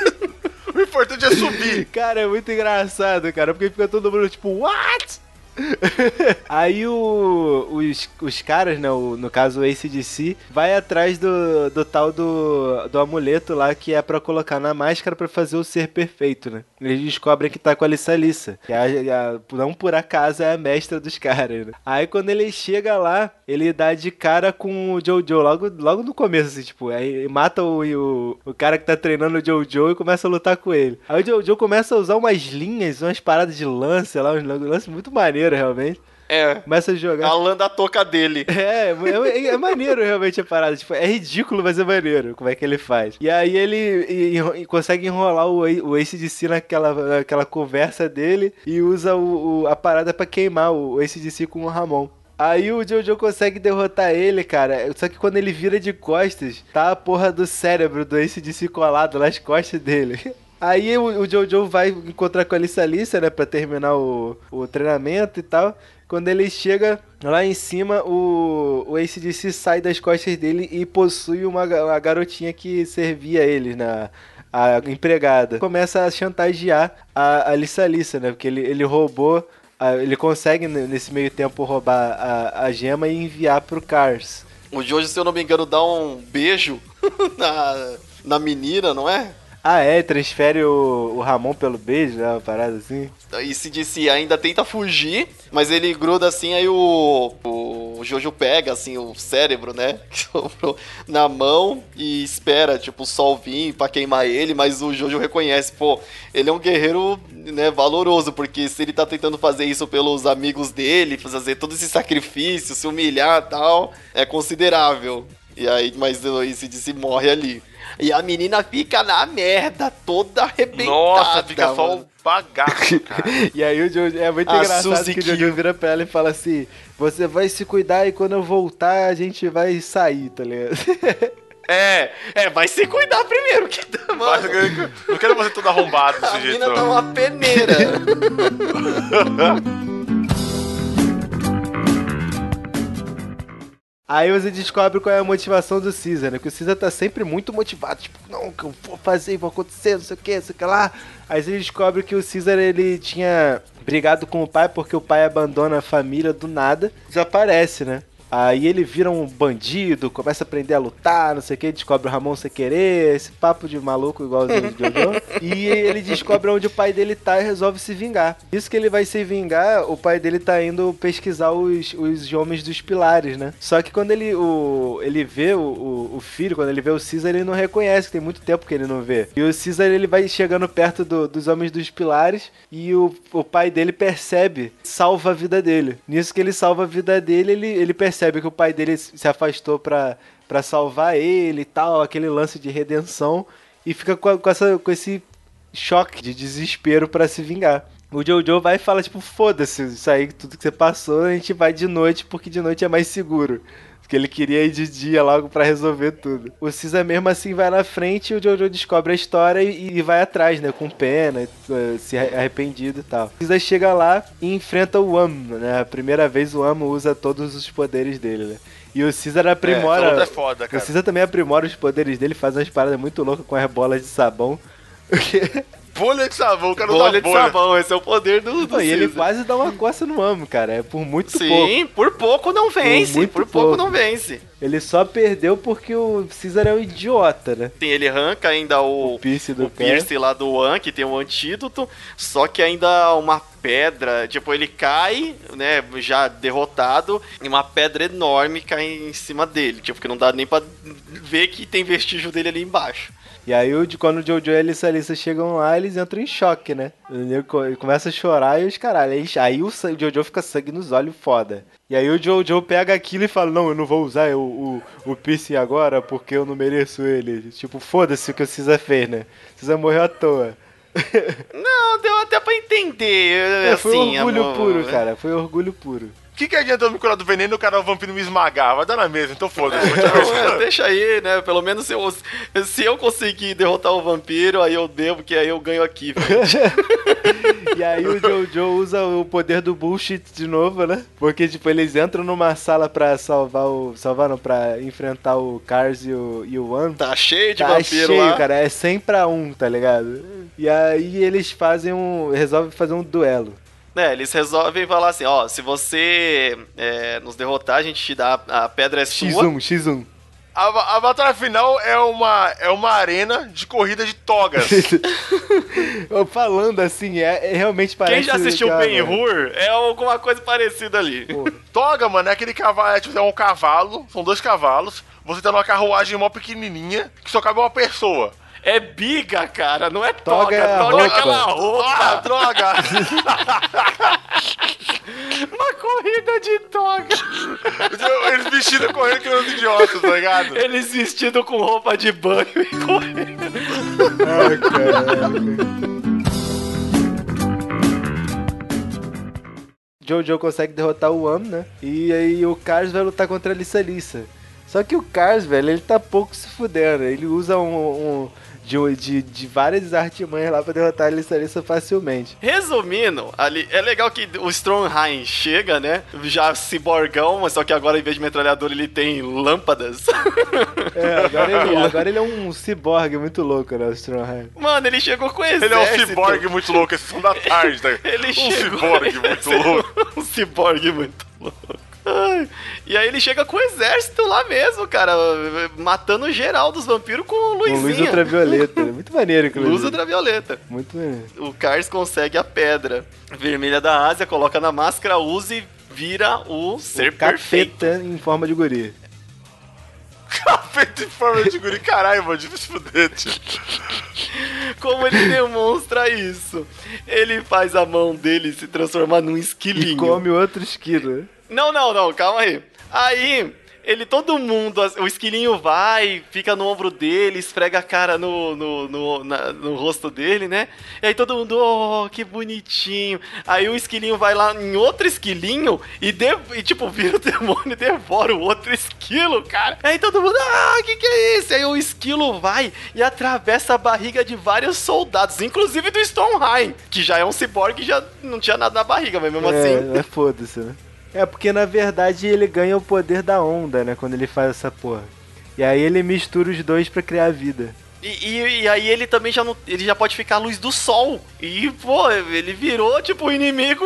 O importante é subir. Cara, é muito engraçado, cara, porque fica todo mundo tipo, what? Aí o, os, os caras, né, o, no caso o A C D C, vai atrás do, do tal do, do amuleto lá que é pra colocar na máscara pra fazer o ser perfeito, né? Eles descobrem que tá com a Lissa Lissa, que a, a, não por acaso é a mestra dos caras, né? Aí quando ele chega lá, ele dá de cara com o Jojo, logo, logo no começo, assim, tipo, aí mata o, o, o cara que tá treinando o Jojo e começa a lutar com ele. Aí o Jojo começa a usar umas linhas, umas paradas de lance lá, uns lances muito maneiros, realmente. É, Começa a jogar. a lã da toca dele. É, é, é maneiro realmente a parada. Tipo, é ridículo, mas é maneiro como é que ele faz. E aí ele e- e consegue enrolar o, A- o A C D C naquela, naquela conversa dele e usa o, o- a parada pra queimar o A C D C com o Ramon. Aí o Jojo consegue derrotar ele, cara. Só que quando ele vira de costas, tá a porra do cérebro do A C D C colado nas costas dele. Aí o, o Jojo vai encontrar com a Lissa Lissa, né, pra terminar o, o treinamento e tal. Quando ele chega lá em cima, o, o A C D C sai das costas dele e possui uma, ga- uma garotinha que servia ele na, a empregada, começa a chantagear a, a Lissa Lissa, né? Porque ele, ele roubou, a, ele consegue nesse meio tempo roubar a, a gema e enviar pro Cars. O Jojo, se eu não me engano, dá um beijo na, na menina, não é? Ah, é? Transfere o, o Ramon pelo beijo, né? Uma parada assim. E se disse, ainda tenta fugir, mas ele gruda assim, aí o, o Jojo pega, assim, o cérebro, né? Na mão e espera, tipo, o sol vir pra queimar ele, mas o Jojo reconhece, pô, ele é um guerreiro, né, valoroso, porque se ele tá tentando fazer isso pelos amigos dele, fazer todo esse sacrifício, se humilhar e tal, é considerável. E aí, mas o A C D C morre ali. E a menina fica na merda, toda arrebentada. Nossa, fica mano. só o bagaço, cara. E aí o Jojo, é muito A engraçado Suzy que o Jojo vira pra ela e fala assim, você vai se cuidar e quando eu voltar a gente vai sair, tá ligado? É, é, vai se cuidar primeiro, que tá, mano. Mas, não quero você todo arrombado desse A jeito. mina tá uma peneira. Aí você descobre qual é a motivação do Caesar, né? Que o Caesar tá sempre muito motivado. Tipo, não, que eu vou fazer, vou acontecer, não sei o que, não sei o que lá. Aí você descobre que o Caesar, ele tinha brigado com o pai porque o pai abandona a família do nada. Desaparece, né? Aí ele vira um bandido, começa a aprender a lutar, não sei o que, descobre o Ramon sem querer, esse papo de maluco igualzinho de Jojo. E ele descobre onde o pai dele tá e resolve se vingar. Isso que ele vai se vingar, o pai dele tá indo pesquisar os, os homens dos pilares, né? Só que quando ele, o, ele vê o, o, o filho, quando ele vê o Caesar, ele não reconhece, que tem muito tempo que ele não vê. E o Caesar, ele vai chegando perto do, dos homens dos pilares e o, o pai dele percebe, salva a vida dele. Nisso que ele salva a vida dele, ele, ele percebe que o pai dele se afastou pra, pra salvar ele e tal, aquele lance de redenção, e fica com, com, essa, com esse choque de desespero pra se vingar. O Jojo vai e fala, tipo, foda-se, isso aí, tudo que você passou, a gente vai de noite, porque de noite é mais seguro. Porque ele queria ir de dia logo pra resolver tudo. O Caesar mesmo assim vai na frente e o Jojo descobre a história e, e vai atrás, né? Com pena, se arrependido e tal. O Caesar chega lá e enfrenta o Amo, né? A primeira vez o Amo usa todos os poderes dele, né? E o Caesar aprimora... É, é foda, cara. O Caesar também aprimora os poderes dele, faz umas paradas muito loucas com as bolas de sabão. Bolha de sabão, o cara não Bolha dá de bolha. sabão, esse é o poder do, do Pô, e ele Caesar. quase dá uma coça no Amo, cara. É por muito Sim, pouco. Sim, por pouco não vence, Por muito por pouco pouco. não vence. Ele só perdeu porque o Caesar é um idiota, né? Sim, ele arranca ainda o, O piercing do o pé. piercing lá do An, que tem um antídoto, só que ainda uma pedra, tipo, ele cai, né, já derrotado, e uma pedra enorme cai em cima dele, tipo, que não dá nem pra ver que tem vestígio dele ali embaixo. E aí, o- quando o Jojo e a Alissa Alissa chegam lá, eles entram em choque, né? Ele co- começa a chorar e os caralho. Aí, aí o, san- o Jojo fica sangue nos olhos, foda. E aí o Jojo pega aquilo e fala, não, eu não vou usar o, o, o piercing agora porque eu não mereço ele. Tipo, foda-se o que o Caesar fez, né? O Caesar morreu à toa. Não, deu até pra entender, É, foi assim, orgulho amor. puro, cara. Foi orgulho puro. O que, que adianta eu me curar do veneno e o cara o vampiro me esmagar? Vai dar na mesma, então foda-se. Não, é, deixa aí, né? Pelo menos se eu, se eu conseguir derrotar o vampiro, aí eu devo, que aí eu ganho aqui, velho. E aí o Jojo usa o poder do bullshit de novo, né? Porque, tipo, eles entram numa sala pra salvar o... Salvar não, pra enfrentar o Cars e o, e o One. Tá cheio de Tá vampiro cheio, lá. cara. É cem pra um, tá ligado? E aí eles fazem um... Resolvem fazer um duelo. É, eles resolvem falar assim, ó, se você é, nos derrotar, a gente te dá a, a pedra é sua. X um, X um. A, ba- a batalha final é uma, é uma arena de corrida de togas. Eu falando assim, é, é realmente parece... Quem já assistiu legal, Ben né? Hur é alguma coisa parecida ali. Porra. Toga, mano, é aquele cavalo, é, tipo, é um cavalo, são dois cavalos, você tá numa carruagem mó pequenininha, que só cabe uma pessoa. É biga, cara, não é Toga toga. é a Toga é roupa. aquela Ah, roupa. droga! Uma corrida de toga. Eles vestidos correndo que nem uns idiotas, tá ligado? Eles vestidos com roupa de banho e correndo. Ai, caraca. Jojo consegue derrotar o Am, né? E aí o Cars vai lutar contra a Lissa Lissa. Só que o Cars, velho, ele tá pouco se fudendo. Ele usa um, um- de, de, de várias artimanhas lá pra derrotar a Lissalissa facilmente. Resumindo, ali, é legal que o Stromheim chega, né? Já ciborgão, mas só que agora em vez de metralhador ele tem lâmpadas. É, agora ele, agora ele é um ciborgue muito louco, né, o Stromheim. Mano, ele chegou com exército. Ele é um ciborgue muito louco, é sessão da tarde, né? Ele um chegou... ciborgue muito louco. Um ciborgue muito louco. Ai. E aí ele chega com o exército lá mesmo, cara, matando geral dos vampiros com luzinha. Com luz ultravioleta, muito maneiro, inclusive. Luz ultravioleta. Muito maneiro. O Kars consegue a pedra vermelha da Ásia, coloca na máscara, usa e vira o ser o perfeito. Capeta em forma de guri. Capeta em forma de guri, caralho, mano, de se fuder, tio. Como ele demonstra isso? Ele faz a mão dele se transformar num esquilinho. E come outro esquilo. Não, não, não, calma aí. Aí, ele, todo mundo, o esquilinho vai, fica no ombro dele, esfrega a cara no, no, no, na, no rosto dele, né? E aí todo mundo, oh, que bonitinho. Aí o esquilinho vai lá em outro esquilinho e, de, e tipo, vira o demônio e devora o outro esquilo, cara. Aí todo mundo, ah, que que é isso? Aí o esquilo vai e atravessa a barriga de vários soldados, inclusive do Stromheim, que já é um ciborgue e já não tinha nada na barriga, mas mesmo é, assim... É, foda-se, né? É, porque na verdade ele ganha o poder da onda, né? Quando ele faz essa porra. E aí ele mistura os dois pra criar vida. E, e, e aí ele também já não, ele já pode ficar a luz do sol. E, pô, ele virou, tipo, o inimigo.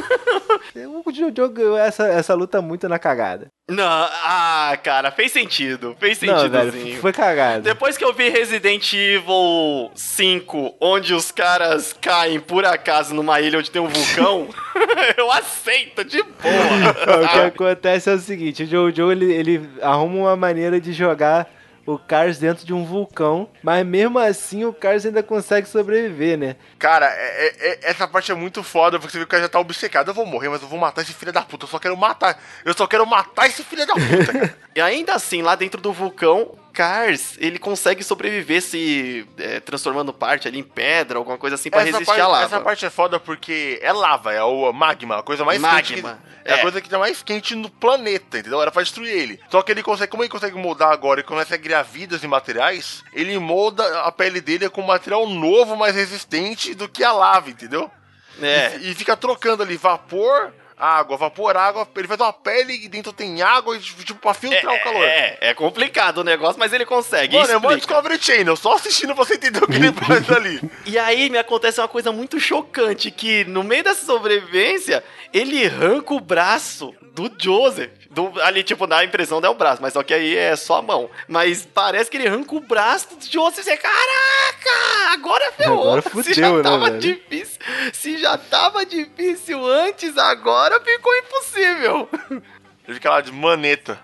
O jogo, essa, essa luta muito na cagada. Não, ah, cara, fez sentido. Fez Não, velho, sentidozinho. foi cagada. Depois que eu vi Resident Evil cinco, onde os caras caem por acaso numa ilha onde tem um vulcão, eu aceito de boa. O que acontece é o seguinte, o Jojo, ele, ele arruma uma maneira de jogar o Kars dentro de um vulcão, mas mesmo assim o Kars ainda consegue sobreviver, né? Cara, é, é, essa parte é muito foda, porque você vê que o cara já tá obcecado. Eu vou morrer, mas eu vou matar esse filho da puta. Eu só quero matar. Eu só quero matar esse filho da puta, cara. E ainda assim, lá dentro do vulcão, Kars, ele consegue sobreviver se é, transformando parte ali em pedra, alguma coisa assim, pra essa resistir parte, à lava. Essa parte é foda porque é lava, é o magma, a coisa mais Magma, quente. Que, é. é a coisa que tá mais quente no planeta, entendeu? Era pra destruir ele. Só que ele consegue, como ele consegue moldar agora e começa a criar vidas e materiais, ele molda a pele dele com um material novo, mais resistente do que a lava, entendeu? É. E, e fica trocando ali vapor, água, vapor, água, ele faz uma pele e dentro tem água, tipo, pra filtrar é, o calor. É, é complicado o negócio, mas ele consegue. Mano, é explica. mó Discovery Channel, só assistindo pra você entender o que ele faz ali. E aí me acontece uma coisa muito chocante, que no meio dessa sobrevivência, ele arranca o braço do Joseph. Do, ali, tipo, dá a impressão é o braço, mas só que aí é só a mão. Mas parece que ele arranca o braço do Joseph e você, caraca, agora ferrou. Agora se fudeu, já né, tava velho? difícil, se já tava difícil antes, agora ficou impossível. Ele fica lá de maneta.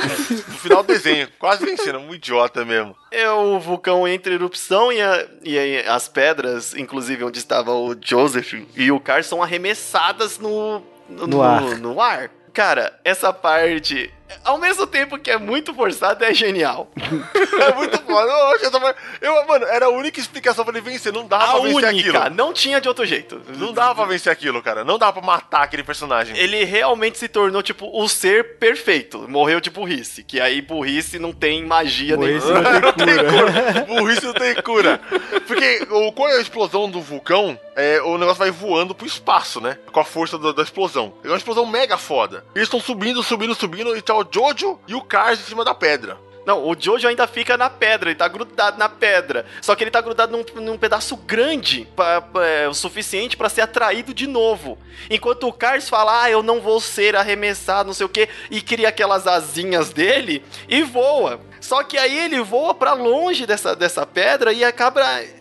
No final do desenho, quase vencendo, um idiota mesmo. É, o vulcão entra em erupção e, a, e aí as pedras, inclusive onde estava o Joseph e o Kars, são arremessadas no, no, No ar. no, no ar. Cara, essa parte, ao mesmo tempo que é muito forçada, é genial. É muito foda. Eu, eu, tava, eu, mano, era a única explicação pra ele vencer. Não dava A pra vencer única, aquilo. não tinha de outro jeito. Não dava pra vencer aquilo, cara. Não dava pra matar aquele personagem. Ele realmente se tornou, tipo, o ser perfeito. Morreu de burrice, que aí burrice não tem magia Burrice nenhuma. não tem cura. Burrice não tem cura. Porque o, com a explosão do vulcão, é, o negócio vai voando pro espaço, né? Com a força do, da explosão. É uma explosão mega foda. Eles estão subindo, subindo, subindo, e tá o Jojo e o Kars em cima da pedra. Não, o Jojo ainda fica na pedra, ele tá grudado na pedra. Só que ele tá grudado num, num pedaço grande, pra, pra, é, o suficiente pra ser atraído de novo. Enquanto o Kars fala, ah, eu não vou ser arremessado, não sei o quê, e cria aquelas asinhas dele e voa. Só que aí ele voa pra longe dessa, dessa pedra e acaba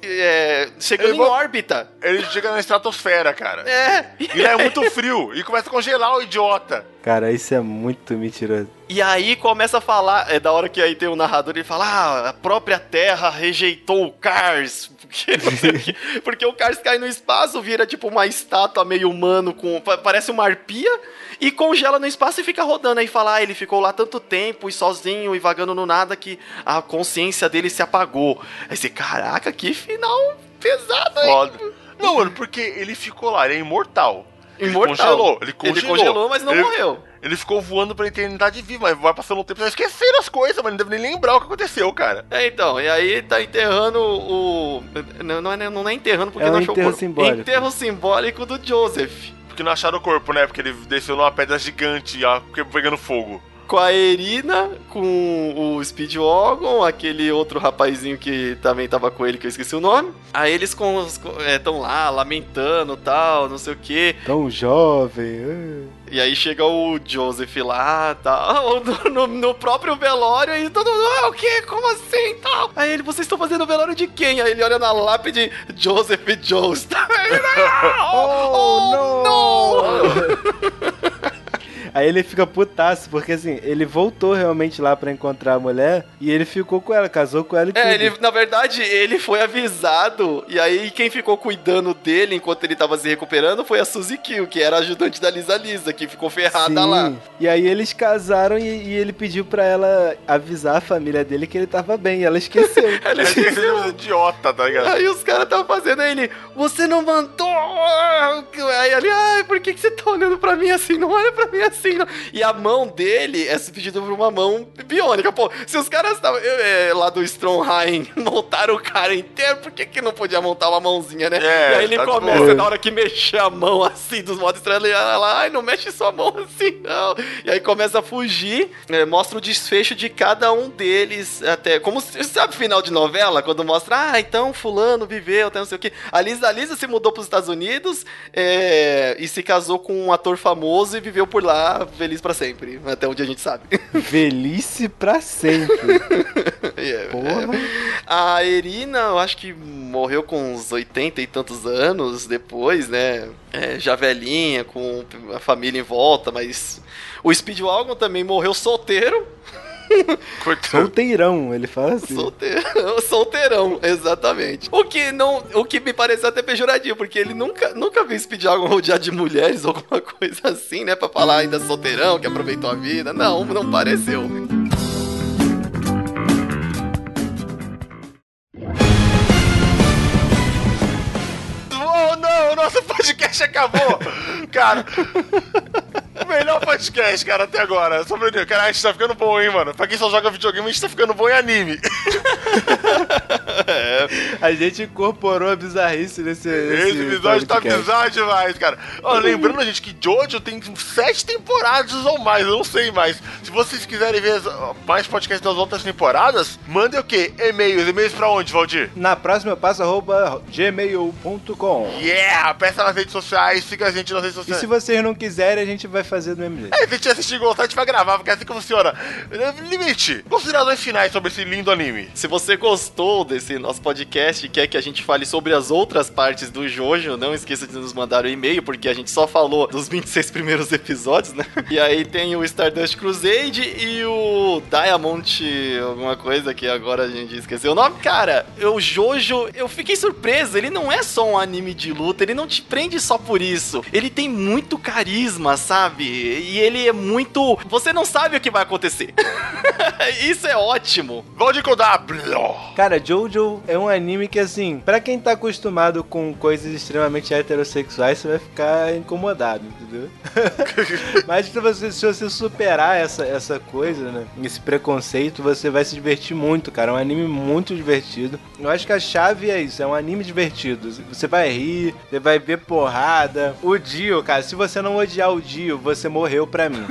é, chegando Ele em voa- órbita. Ele chega na estratosfera, cara. É. E lá é muito frio. E começa a congelar o idiota. Cara, isso é muito mentiroso. E aí começa a falar, é da hora que aí tem o narrador, ele fala, ah, a própria Terra rejeitou o Kars, porque, não sei o quê. Porque o Kars cai no espaço, vira tipo uma estátua meio humano, com, pa- parece uma arpia, e congela no espaço e fica rodando, aí fala, ah, ele ficou lá tanto tempo, e sozinho, e vagando no nada, que a consciência dele se apagou. Aí você, caraca, que final pesado, hein? Foda. Não, mano, porque ele ficou lá, ele é imortal. Imortal. Congelou, ele congelou. Ele congelou, mas não Ele- morreu. Ele ficou voando pra eternidade viva, mas vai passando um tempo, você vai esquecendo as coisas, mas não deve nem lembrar o que aconteceu, cara. É, então, e aí tá enterrando o... Não, não, é, não é enterrando porque É um não achou o enterro corpo. simbólico. Enterro simbólico do Joseph. Porque não acharam o corpo, né? Porque ele desceu numa pedra gigante, ó, pegando fogo. Com a Irina, com o Speedwagon, aquele outro rapazinho que também tava com ele, que eu esqueci o nome. Aí eles estão lá, lamentando e tal, não sei o quê. Tão jovem. E aí chega o Joseph lá, tal, no, no, no próprio velório, e todo mundo, ah, o quê? Como assim, tal? Aí ele, vocês estão fazendo o velório de quem? Aí ele olha na lápide, Joseph Jones. Aí ele, ah, oh, não! Aí ele fica putaço, porque assim, ele voltou realmente lá pra encontrar a mulher e ele ficou com ela, casou com ela e tudo. É, ele, na verdade, ele foi avisado, e aí quem ficou cuidando dele enquanto ele tava se recuperando foi a Suzy Kill, que era a ajudante da Lisa Lisa, que ficou ferrada Sim. lá. E aí eles casaram e, e ele pediu pra ela avisar a família dele que ele tava bem, e ela esqueceu. Ela Ele esqueceu. é idiota, tá ligado? Aí os caras estavam fazendo aí ele, você não mandou! Aí ele, ai, por que, que você tá olhando pra mim assim? Não olha pra mim assim, não. E a mão dele é substituída por uma mão biônica. Pô, se os caras estavam é, lá do Stromheim montaram o cara inteiro, por que, que não podia montar uma mãozinha, né? É, e aí ele tá começa, bom. na hora que mexer a mão assim, dos modos estranhos, ele lá, ai, não mexe sua mão assim, não. E aí começa a fugir, é, mostra o desfecho de cada um deles, até, como, sabe, final de novela, quando mostra, ah, então fulano viveu, até não sei o que. A Lisa, a Lisa se mudou pros Estados Unidos é, e se casou com um ator famoso e viveu por lá, feliz pra sempre, até onde a gente sabe. Velhice pra sempre. É, Porra. a Irina, eu acho que morreu com uns oitenta e tantos anos depois, né? É, já velhinha, com a família em volta, mas o Speedwagon também morreu solteiro. Coitado. Solteirão, ele fala assim. Solteirão, solteirão, exatamente. O que não, o que me pareceu até pejorativo, porque ele nunca, nunca viu Speedwagon rodear de mulheres ou alguma coisa assim, né? Pra falar ainda solteirão, que aproveitou a vida. Não, não pareceu. Oh, não, nosso podcast acabou. Cara, o melhor podcast, cara, até agora. Sobre o cara, a gente tá ficando bom, hein, mano. Pra quem só joga videogame, a gente tá ficando bom em anime. É, a gente incorporou a bizarrice nesse, nesse Esse episódio tá podcast. bizarro demais, cara. Ó, lembrando, gente, que Jojo tem sete temporadas ou mais, eu não sei mais. Se vocês quiserem ver as- mais podcasts das outras temporadas, mandem o quê? E-mails. E-mails pra onde, Valdir? Na próxima eu passo arroba gmail ponto com. Yeah! Peça nas redes sociais, siga a gente nas redes E sociais. se vocês não quiserem, a gente vai fazer do mesmo jeito. É, se a gente assistir e gostar, a gente vai gravar, porque é assim que funciona. Limite, considerações finais sobre esse lindo anime. Se você gostou desse nosso podcast e quer que a gente fale sobre as outras partes do Jojo, não esqueça de nos mandar um e-mail, porque a gente só falou dos vinte e seis primeiros episódios, né? E aí tem o Stardust Crusade e o Diamond alguma coisa, que agora a gente esqueceu o nome. Cara, o Jojo, eu fiquei surpreso, ele não é só um anime de luta, ele não te prende só por isso. Ele tem muito carisma, sabe? E ele é muito... Você não sabe o que vai acontecer. Isso é ótimo. Valdir Kodablo. Cara, Jojo é um anime que, assim, pra quem tá acostumado com coisas extremamente heterossexuais, você vai ficar incomodado, entendeu? Mas se você, se você superar essa, essa coisa, né, esse preconceito, você vai se divertir muito, cara. É um anime muito divertido. Eu acho que a chave é isso, é um anime divertido. Você vai rir, você vai ver porrada. O Dio, cara, se você não odiar o Dio, você morreu pra mim.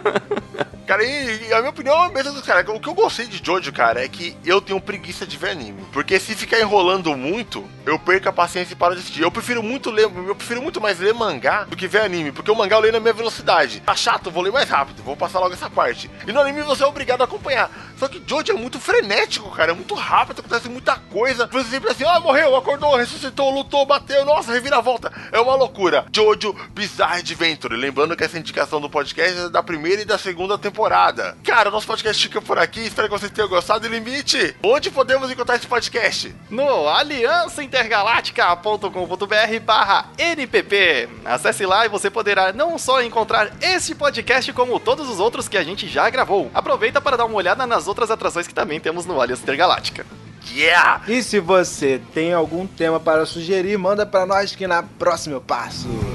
Cara, e, e a minha opinião é a mesma dos caras. O que eu gostei de Jojo, cara, é que eu tenho preguiça de ver anime. Porque se ficar enrolando muito, eu perco a paciência e paro de assistir. Eu prefiro muito ler, eu prefiro muito mais ler mangá do que ver anime. Porque o mangá eu leio na minha velocidade. Tá chato, eu vou ler mais rápido, vou passar logo essa parte. E no anime você é obrigado a acompanhar. Só que Jojo é muito frenético, cara, é muito rápido, acontece muita coisa. Você sempre assim, ah, morreu, acordou, ressuscitou, lutou, bateu, nossa, reviravolta. É uma loucura. Jojo Bizarre Adventure. Lembrando que essa indicação do podcast é da primeira e da segunda temporada. Cara, nosso podcast fica por aqui, espero que vocês tenham gostado. E limite, onde podemos encontrar esse podcast? No aliança intergaláctica ponto com ponto br barra N P P. Acesse lá e você poderá não só encontrar este podcast, como todos os outros que a gente já gravou. Aproveita para dar uma olhada nas outras atrações que também temos no Aliança Intergaláctica. Yeah! E se você tem algum tema para sugerir, manda pra nós que na próxima eu passo.